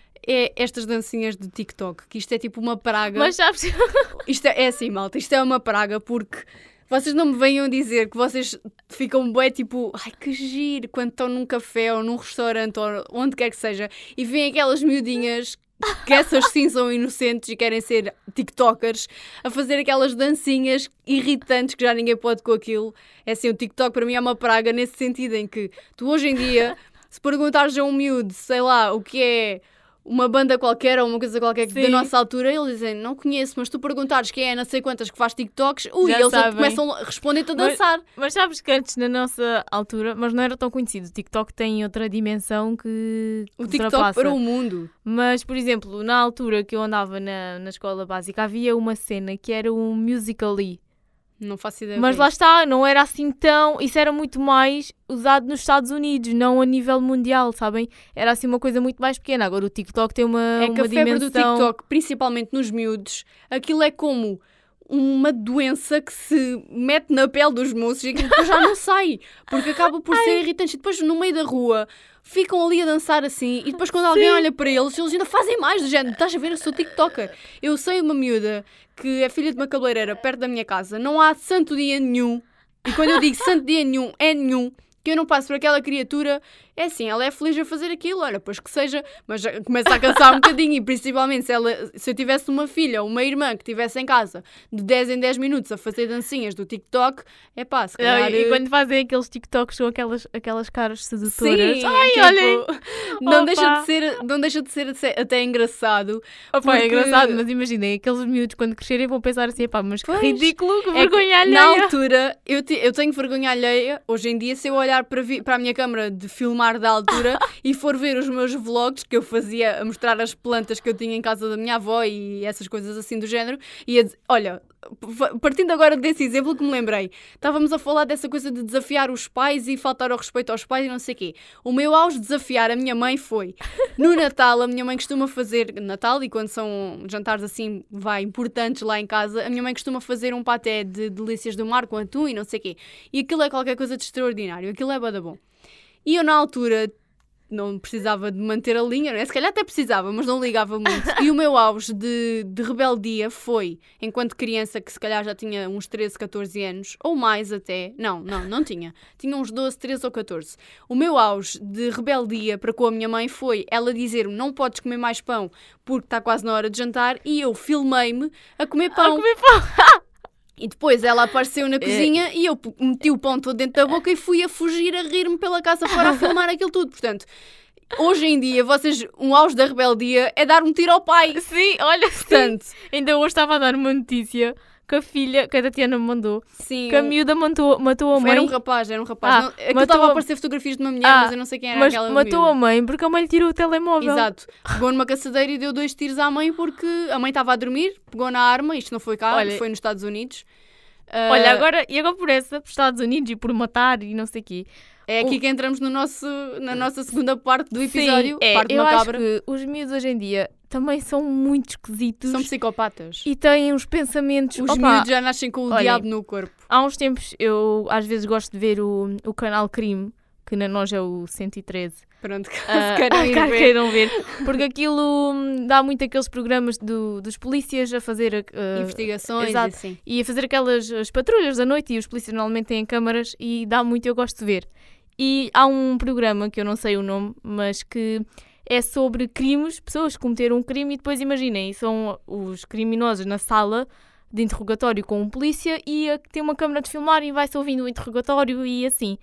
É estas dancinhas do TikTok, que isto é tipo uma praga. Mas sabes... Isto é, é assim, malta, isto é uma praga porque vocês não me venham dizer que vocês ficam bué tipo, ai que giro, quando estão num café ou num restaurante ou onde quer que seja e veem aquelas miudinhas que essas sim são inocentes e querem ser tiktokers a fazer aquelas dancinhas irritantes que já ninguém pode com aquilo. É assim, o TikTok para mim é uma praga nesse sentido em que tu hoje em dia, se perguntares a um miúdo, sei lá, o que é uma banda qualquer ou uma coisa qualquer Sim. da nossa altura, eles dizem, não conheço, mas tu perguntares quem é não sei quantas que faz TikToks, ui, Já eles sabem. começam a responder-te a Mas- dançar. Mas sabes que antes, na nossa altura, mas não era tão conhecido. O TikTok tem outra dimensão que que O TikTok ultrapassa. para o mundo. Mas, por exemplo, na altura que eu andava na, na escola básica, havia uma cena que era um Musical.ly. Não faço ideia. Mas o que lá é isso. está, não era assim tão... Isso era muito mais usado nos Estados Unidos, não a nível mundial, sabem? Era assim uma coisa muito mais pequena. Agora o TikTok tem uma, É que uma a febre dimensão... do TikTok, principalmente nos miúdos, aquilo é como uma doença que se mete na pele dos moços e que depois já não sai. Porque acaba por ser irritante. E depois, no meio da rua, ficam ali a dançar assim. E depois, quando alguém olha para eles, eles ainda fazem mais do género. Estás a ver, eu sou TikToker. Eu sei uma miúda que é filha de uma cabeleireira perto da minha casa. Não há santo dia nenhum. E quando eu digo santo dia nenhum, é nenhum. Que eu não passo por aquela criatura, é assim, ela é feliz a fazer aquilo, olha, pois que seja, mas já começa a cansar um bocadinho e principalmente se, ela, se eu tivesse uma filha ou uma irmã que estivesse em casa de dez em dez minutos a fazer dancinhas do TikTok, é pá, se Não, calhar... e, e eh, quando fazem aqueles TikToks com aquelas, aquelas caras sedutoras. Sim, Ai, tipo, olhem! não Opa. deixa, de ser, não deixa de ser até- até engraçado. Opa, porque- é engraçado, mas imaginem, aqueles miúdos quando crescerem vão pensar assim, pá, mas que Pois. ridículo, que É que, vergonha alheia. na altura, eu, te- eu tenho vergonha alheia. Hoje em dia, se eu olhar para, vi- para a minha câmara de filmar da altura e for ver os meus vlogs que eu fazia a mostrar as plantas que eu tinha em casa da minha avó e essas coisas assim do género, e olha, p- partindo agora desse exemplo que me lembrei, estávamos a falar dessa coisa de desafiar os pais e faltar ao respeito aos pais e não sei o quê. O meu auge de desafiar a minha mãe foi no Natal. A minha mãe costuma fazer Natal e quando são jantares assim, vai, importantes lá em casa, a minha mãe costuma fazer um paté de delícias do mar com atum e não sei o quê. E aquilo é qualquer coisa de extraordinário, aquilo é bué da bom. E eu na altura não precisava de manter a linha, né? Se calhar até precisava, mas não ligava muito. E o meu auge de, de rebeldia foi, enquanto criança, que se calhar já tinha uns treze, catorze anos, ou mais até, não, não, não tinha, tinha uns doze, treze ou catorze. O meu auge de rebeldia para com a minha mãe foi ela dizer-me não podes comer mais pão porque está quase na hora de jantar e eu filmei-me a comer pão. A comer pão. E depois ela apareceu na cozinha e eu p- meti o pão todo dentro da boca e fui a fugir, a rir-me pela casa fora a filmar aquilo tudo. Portanto, hoje em dia, vocês, um auge da rebeldia é dar um tiro ao pai. Sim, olha, sim. Portanto, Ainda hoje estava a dar uma notícia que a filha, que a Tatiana me mandou, sim, que a miúda matou, matou a mãe. era um rapaz, era um rapaz. Ah, Não, aquilo matou estava a a- aparecer fotografias de uma mulher, Ah, mas eu não sei quem era mas aquela matou miúda. a mãe porque a mãe lhe tirou o telemóvel. Exato. Pegou numa caçadeira e deu dois tiros à mãe porque a mãe estava a dormir, pegou na arma, isto não foi cá, Olha- foi nos Estados Unidos. Ah, Olha, agora, e agora por essa, por Estados Unidos e por matar e não sei o quê. é aqui o- que entramos no nosso, na nossa segunda parte do episódio, Sim, é, parte eu macabra. acho que os miúdos hoje em dia também são muito esquisitos São psicopatas. e têm uns pensamentos... Os Opa, miúdos já nascem com o olhem, diabo no corpo. há uns tempos eu às vezes gosto de ver o, o canal Crime, que na nós é o cento e treze. Pronto, caso Ah, queiram ir caso ver. queiram ver. Porque aquilo hum, dá muito aqueles programas do, dos polícias a fazer... ah, Investigações exato. e assim. e a fazer aquelas as patrulhas da noite e os polícias normalmente têm câmaras e dá muito, eu gosto de ver. E há um programa que eu não sei o nome, mas que é sobre crimes, pessoas que cometeram um crime e depois imaginem, são os criminosos na sala de interrogatório com um polícia e a- tem uma câmara de filmar e vai-se ouvindo o interrogatório e assim.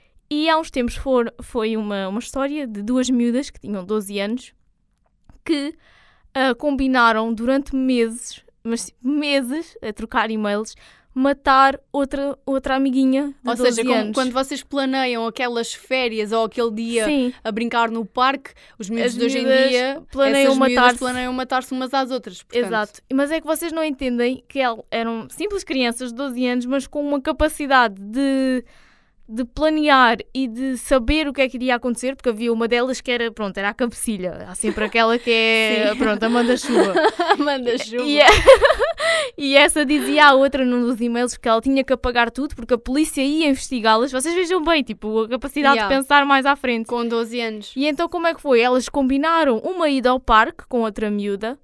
E há uns tempos for, foi uma, uma história de duas miúdas que tinham doze anos que ah, combinaram durante meses, mas meses, a trocar e-mails, matar outra, outra amiguinha de Ou doze seja, como anos. quando vocês planeiam aquelas férias ou aquele dia Sim. a brincar no parque, os miúdos As de hoje em miúdas dia planeiam essas miúdas matar-se. planeiam matar-se umas às outras. Portanto, Exato. Mas é que vocês não entendem que el- eram simples crianças de doze anos, mas com uma capacidade de, de planear e de saber o que é que iria acontecer, porque havia uma delas que era, pronto, era a cabecilha. Há sempre aquela que é, Sim. pronto, a manda-chuva. Manda chuva. E, é- e essa dizia à outra num dos e-mails que ela tinha que apagar tudo porque a polícia ia investigá-las. Vocês vejam bem, tipo, a capacidade Yeah. de pensar mais à frente. Com doze anos. E então como é que foi? Elas combinaram uma ida ao parque com outra miúda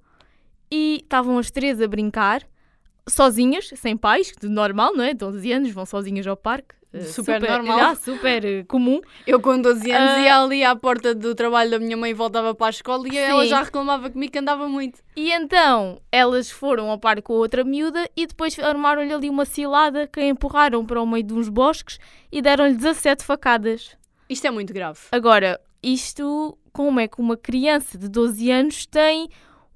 e estavam as três a brincar, sozinhas, sem pais, de normal, não é? doze anos, vão sozinhas ao parque. eh, Super normal. ah, super eh, comum. Eu com doze anos Ah. ia ali à porta do trabalho da minha mãe e voltava para a escola e ela Sim. já reclamava comigo que andava muito. E então elas foram ao parque com a outra miúda e depois armaram-lhe ali uma cilada que a empurraram para o meio de uns bosques e deram-lhe dezassete facadas. Isto é muito grave. Agora, isto, como é que uma criança de doze anos tem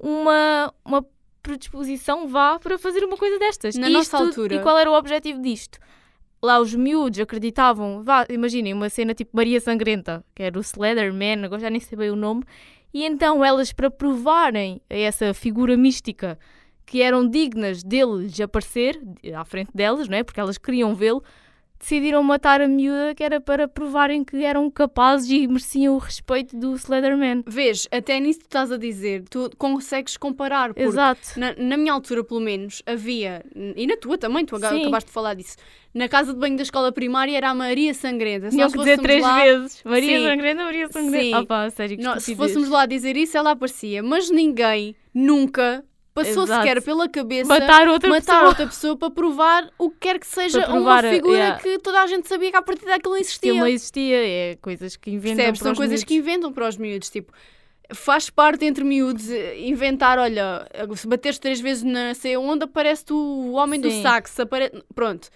uma, uma predisposição, vá, para fazer uma coisa destas? Na Isto- nossa altura. E qual era o objetivo disto? Lá os miúdos acreditavam, vá, imaginem, uma cena tipo Maria Sangrenta, que era o Slenderman, agora já nem sei bem o nome, e então elas, para provarem a essa figura mística que eram dignas dele lhes aparecer à frente delas, não é? Porque elas queriam vê-lo, decidiram matar a miúda, que era para provarem que eram capazes e mereciam o respeito do Slenderman. Vês, até nisso que tu estás a dizer, tu consegues comparar. Porque Exato. na, na minha altura, pelo menos, havia, e na tua também, tu aga- Sim. acabaste de falar disso, na casa de banho da escola primária era a Maria Sangrenta. Se Tinham nós que dizer fôssemos três lá, vezes. Maria Sim. Sangrenta, Maria Sangrenta. Sim. Ah pá, sério, que nós- se estupidez. fôssemos lá dizer isso, ela aparecia. Mas ninguém, nunca, passou Exato. sequer pela cabeça Matar outra matar pessoa. outra pessoa para provar o que quer que seja Para provar, uma figura yeah. que toda a gente sabia que a partir daquilo não existia. Aquilo não existia. É coisas que inventam Percebes? para São os coisas miúdos. que inventam para os miúdos. Tipo, faz parte entre miúdos eh, inventar, olha, se bateres três vezes na sei onde, aparece-te o homem do Sim. sax. Apare... Pronto.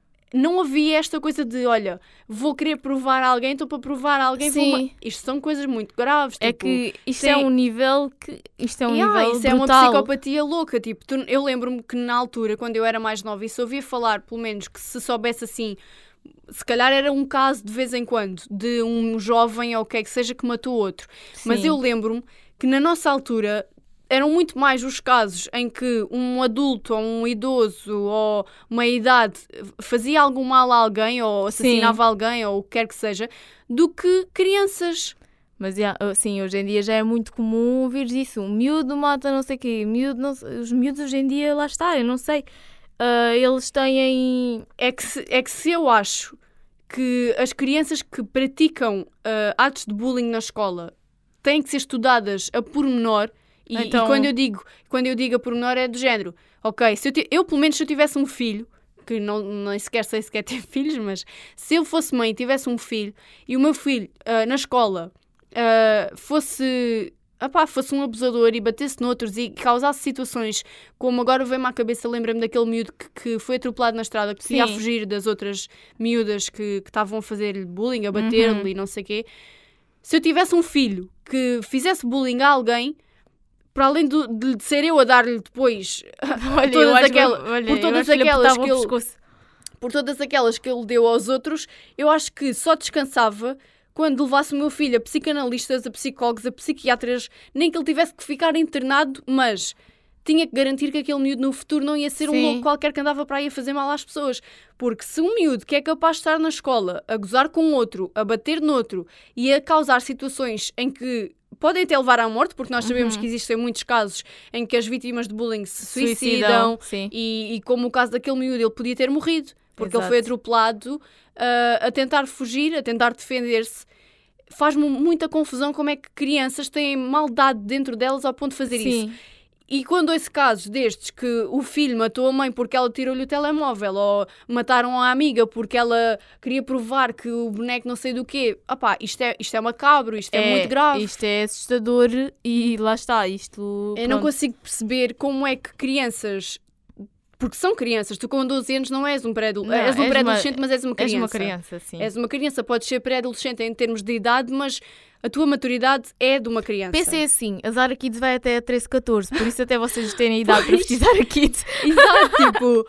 Não havia esta coisa de, olha, vou querer provar a alguém, estou para provar a alguém. Vou Sim. ma- Isto são coisas muito graves. É tipo, que isto sim. é um nível que... Isto é um Yeah, nível isso é uma brutal. psicopatia louca. Tipo, tu- eu lembro-me que na altura, quando eu era mais nova, e se ouvia falar, pelo menos, que se soubesse assim, se calhar era um caso de vez em quando, de um jovem ou o que é que seja que matou outro. Mas Sim. eu lembro-me que na nossa altura eram muito mais os casos em que um adulto ou um idoso ou uma idade fazia algum mal a alguém ou assassinava alguém ou o que quer que seja, do que crianças. Mas, yeah, assim, hoje em dia já é muito comum ouvir isso. Um miúdo mata não sei o quê. Miúdo não sei- Os miúdos hoje em dia, lá está, eu não sei. Ah, eles têm... É que, se, é que se eu acho que as crianças que praticam ah, atos de bullying na escola têm que ser estudadas a pormenor, e, Então- e quando eu digo quando eu digo a pormenor é do género, ok, se eu, ti- eu pelo menos se eu tivesse um filho, que não, nem sequer sei se quer ter filhos, mas se eu fosse mãe e tivesse um filho, e o meu filho ah, na escola ah, fosse... Epá, fosse um abusador e batesse noutros e causasse situações como agora vem-me à cabeça, lembra-me daquele miúdo que, que foi atropelado na estrada, que queria Sim. fugir das outras miúdas que que estavam a fazer-lhe bullying, a bater-lhe Uhum. e não sei o quê. Se eu tivesse um filho que fizesse bullying a alguém, para além do- de ser eu a dar-lhe depois Olha, todas eu acho aquela- que, olha, por eu todas acho que lhe aquelas apertava que o ele- pescoço. por todas aquelas que ele deu aos outros, eu acho que só descansava quando levasse o meu filho a psicanalistas, a psicólogos, a psiquiatras, nem que ele tivesse que ficar internado, mas tinha que garantir que aquele miúdo no futuro não ia ser um Sim. louco qualquer que andava para aí a fazer mal às pessoas. Porque se um miúdo que é capaz de estar na escola a gozar com outro, a bater noutro e a causar situações em que podem até levar à morte, porque nós sabemos Uhum. que existem muitos casos em que as vítimas de bullying se suicidam, Sim. e, e como o caso daquele miúdo, ele podia ter morrido, porque ele Exato. foi atropelado ah, a tentar fugir, a tentar defender-se. Faz-me muita confusão como é que crianças têm maldade dentro delas ao ponto de fazer isso. Sim. E quando ouço casos destes que o filho matou a mãe porque ela tirou-lhe o telemóvel, ou mataram a amiga porque ela queria provar que o boneco não sei do quê, opá, isto é, isto é macabro, isto é, muito grave. Isto é assustador e lá está, isto... Eu não pronto. consigo perceber como é que crianças, porque são crianças, tu com doze anos não és um pré-adolescente, Não, és um és pré-adolescente, uma- mas és uma És criança. uma criança, sim. És uma criança, podes ser pré-adolescente em termos de idade, mas a tua maturidade é de uma criança. Pensem assim, a Zara Kids vai até treze, catorze, por isso até vocês terem idade para Pois. pesquisar a Kids. Exato, tipo,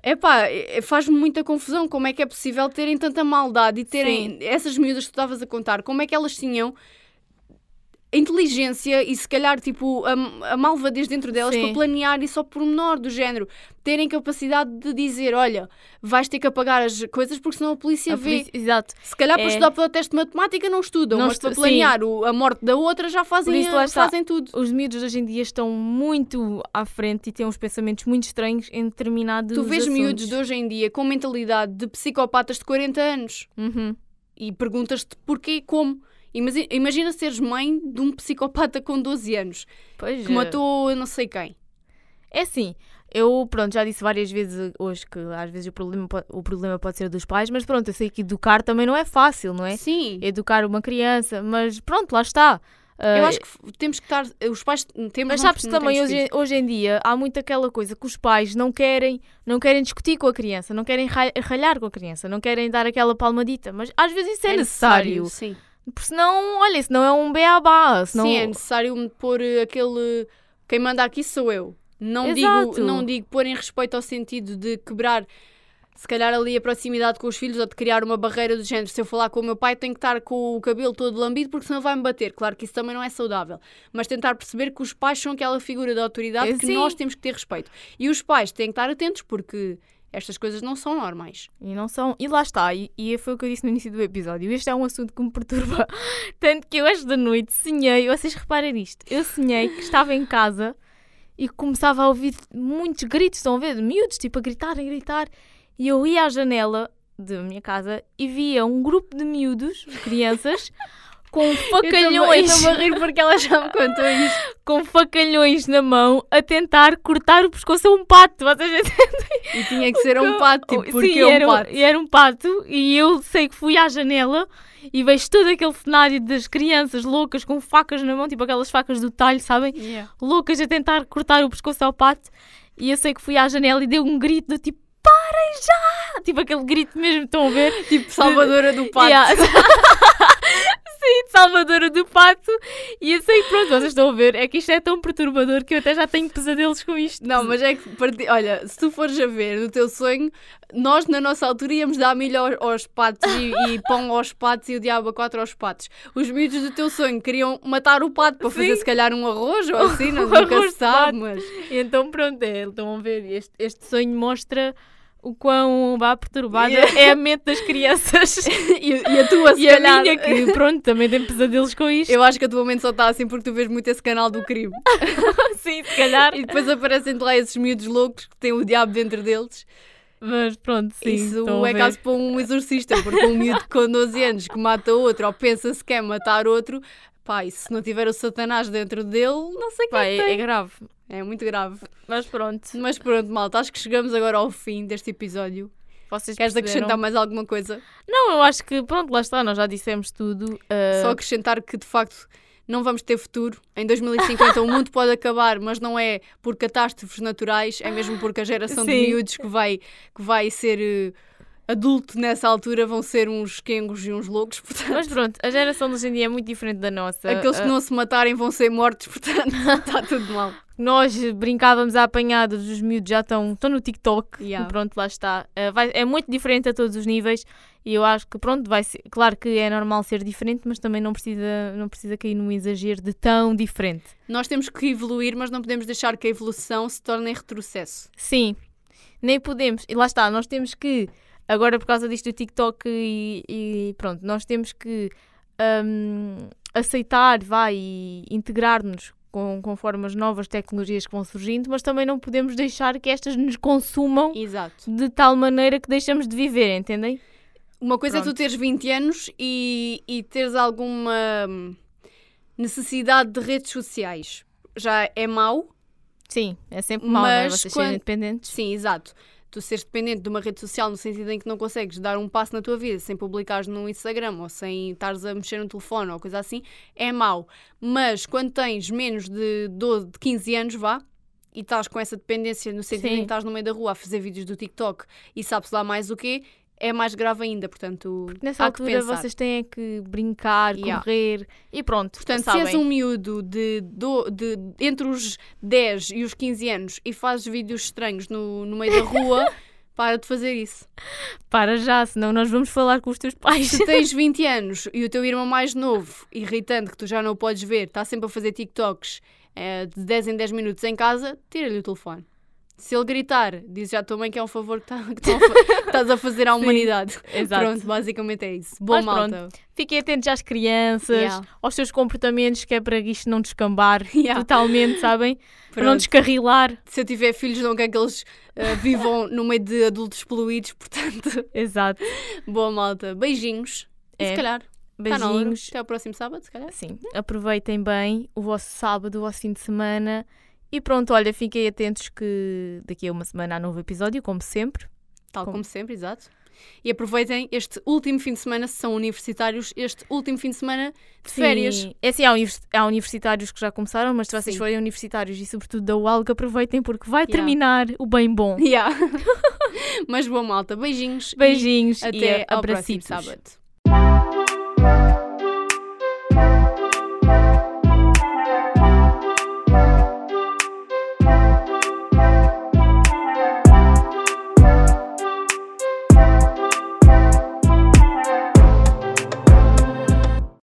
Epá, é- faz-me muita confusão como é que é possível terem tanta maldade e terem essas miúdas que tu estavas a contar, como é que elas tinham inteligência e se calhar tipo a, a malvadez dentro delas Sim. para planear isso ao pormenor do género, terem capacidade de dizer, olha, vais ter que apagar as coisas porque senão a polícia A vê. polícia- Exato. Se calhar para É. estudar para o teste de matemática não estudam, Não mas estu- para planear o- a morte da outra já fazem, Por isso, lá a- está. fazem tudo. Os miúdos hoje em dia estão muito à frente e têm uns pensamentos muito estranhos em determinados Tu vês assuntos. miúdos de hoje em dia com mentalidade de psicopatas de quarenta anos Uhum. e perguntas-te porquê e como. Imagina, imagina seres mãe de um psicopata com doze anos Pois que é. matou eu não sei quem. É assim, eu pronto, já disse várias vezes hoje que às vezes o problema, po- o problema pode ser dos pais, mas pronto, eu sei que educar também não é fácil, não é? Sim. Educar uma criança, mas pronto, lá está. Ah, Eu acho que f- temos que estar. Os pais temos Mas não- sabes que não também temos hoje, filhos. hoje em dia há muito aquela coisa que os pais não querem, não querem discutir com a criança, não querem ra- ralhar com a criança, não querem dar aquela palmadita, mas às vezes isso é, necessário. Sim. Porque senão, olha, senão é um beabá. Senão... Sim, é necessário pôr eh, aquele. Quem manda aqui sou eu. Não Exato. digo, não digo pôr em respeito ao sentido de quebrar, se calhar, ali a proximidade com os filhos ou de criar uma barreira do género. Se eu falar com o meu pai, tenho que estar com o cabelo todo lambido porque senão vai-me bater. Claro que isso também não é saudável. Mas tentar perceber que os pais são aquela figura de autoridade É, que sim. nós temos que ter respeito. E os pais têm que estar atentos porque estas coisas não são normais. E não são. E lá está, e, e foi o que eu disse no início do episódio. Este é um assunto que me perturba. Tanto que eu esta noite sonhei, vocês reparem nisto, eu sonhei que estava em casa e começava a ouvir muitos gritos, estão a ver? Miúdos, tipo, a gritar, a gritar. E eu ia à janela da minha casa e via um grupo de miúdos, de crianças, com facalhões. Eu estou-me a rir porque ela já me contou isto. Com facalhões na mão a tentar cortar o pescoço a um pato. Vocês E tinha que ser um pato, tipo, Sim, porque é um era, pato. E era um pato e eu sei que fui à janela e vejo todo aquele cenário das crianças loucas com facas na mão, tipo aquelas facas do talho, sabem? Yeah. Loucas a tentar cortar o pescoço ao pato. E eu sei que fui à janela e dei um grito do tipo, parem já! Tipo aquele grito mesmo, estão a ver? Tipo salvadora do pato. Yeah. Sim, de salvadora do pato. E eu sei que pronto, vocês estão a ver, é que isto é tão perturbador que eu até já tenho pesadelos com isto. Não, mas é que, parti- olha, se tu fores a ver no teu sonho, nós na nossa altura íamos dar milho aos, aos patos e, e pão aos patos e o diabo a quatro aos patos. Os miúdos do teu sonho queriam matar o pato para fazer Sim. se calhar um arroz ou assim, não, Um nunca arroz se de sabe, pato. mas... E então pronto, é, estão a ver, este, este sonho mostra o quão vá perturbada Yeah. é a mente das crianças. E, e a tua, se E a calhar... minha que pronto, também tem pesadelos com isto. Eu acho que a tua mente só está assim porque tu vês muito esse canal do crime. Sim, se calhar. E depois aparecem-te lá esses miúdos loucos que têm o diabo dentro deles. Mas pronto, sim. Isso estão a é ver. caso para um exorcista, porque um miúdo com doze anos que mata outro ou pensa-se que quer matar outro, pá, e se não tiver o Satanás dentro dele, não sei o que Pá, é que é, é tem. grave. É muito grave. Mas pronto, Mas pronto, malta, acho que chegamos agora ao fim deste episódio. vocês Queres perceberam? acrescentar mais alguma coisa? Não, eu acho que pronto, lá está, nós já dissemos tudo. ah, Só acrescentar que de facto não vamos ter futuro. Em dois mil e cinquenta o mundo pode acabar, mas não é por catástrofes naturais, é mesmo porque a geração de Sim. miúdos que vai, que vai ser eh, adulto nessa altura vão ser uns quengos e uns loucos, portanto. Mas pronto, a geração de hoje em dia é muito diferente da nossa. Aqueles que Ah, não se matarem vão ser mortos, portanto, está tudo mal. Nós brincávamos à apanhada, os miúdos já estão, estão no TikTok. Yeah. E pronto, lá está. Ah, vai- é muito diferente a todos os níveis e eu acho que pronto, vai ser. Claro que é normal ser diferente, mas também não precisa, não precisa cair num exagero de tão diferente. Nós temos que evoluir, mas não podemos deixar que a evolução se torne em retrocesso. Sim, nem podemos. E lá está, nós temos que, agora por causa disto do TikTok e, e pronto, nós temos que hum, aceitar, vai, e integrar-nos com, conforme as novas tecnologias que vão surgindo, mas também não podemos deixar que estas nos consumam Exato. de tal maneira que deixamos de viver, entendem? Uma coisa é Pronto. tu teres vinte anos e, e teres alguma hum, necessidade de redes sociais. Já é mau? Sim, é sempre mau, não é? Mas Vocês quando- serem independentes. Sim, exato. Tu seres dependente de uma rede social no sentido em que não consegues dar um passo na tua vida sem publicares no Instagram ou sem estares a mexer no telefone ou coisa assim, é mau. Mas quando tens menos de doze, de quinze anos, vá, e estás com essa dependência no sentido Sim. em que estás no meio da rua a fazer vídeos do TikTok e sabes lá mais o quê, é mais grave ainda. Portanto, Nessa há que altura pensar. vocês têm que brincar, Yeah. correr e pronto. Portanto, sabem. se és um miúdo de, do- de- entre os dez e os quinze anos e fazes vídeos estranhos no, no meio da rua, Para de fazer isso. Para já, senão nós vamos falar com os teus pais. Se tens vinte anos e o teu irmão mais novo, irritante, que tu já não o podes ver, está sempre a fazer TikToks é, de dez em dez minutos em casa, tira-lhe o telefone. Se ele gritar, diz já à tua mãe que é um favor que, tá, que, tá, que estás a fazer à humanidade. Exato. Pronto, basicamente é isso. Boa Mas malta. Pronto, fiquem atentos às crianças, Yeah. aos seus comportamentos, que é para isto não descambar Yeah. totalmente, sabem? Para não Pronto. descarrilar. Se eu tiver filhos, não quero que eles uh, vivam no meio de adultos poluídos, portanto, Exato. boa malta. Beijinhos. E É. se calhar, está na hora. Beijinhos. Até ao próximo sábado, se calhar. Sim, aproveitem bem o vosso sábado, o vosso fim de semana. E pronto, olha, fiquem atentos que daqui a uma semana há novo episódio, como sempre. Tal Como- como sempre, exato. E aproveitem este último fim de semana, se são universitários, este último fim de semana de férias. Sim. É assim, há, univers- há universitários que já começaram, mas se vocês Sim. forem universitários e sobretudo da U A L, que aproveitem porque vai Yeah. terminar o bem bom. Yeah. Mas boa malta, beijinhos. Beijinhos E e até ao próximo abracitos. sábado.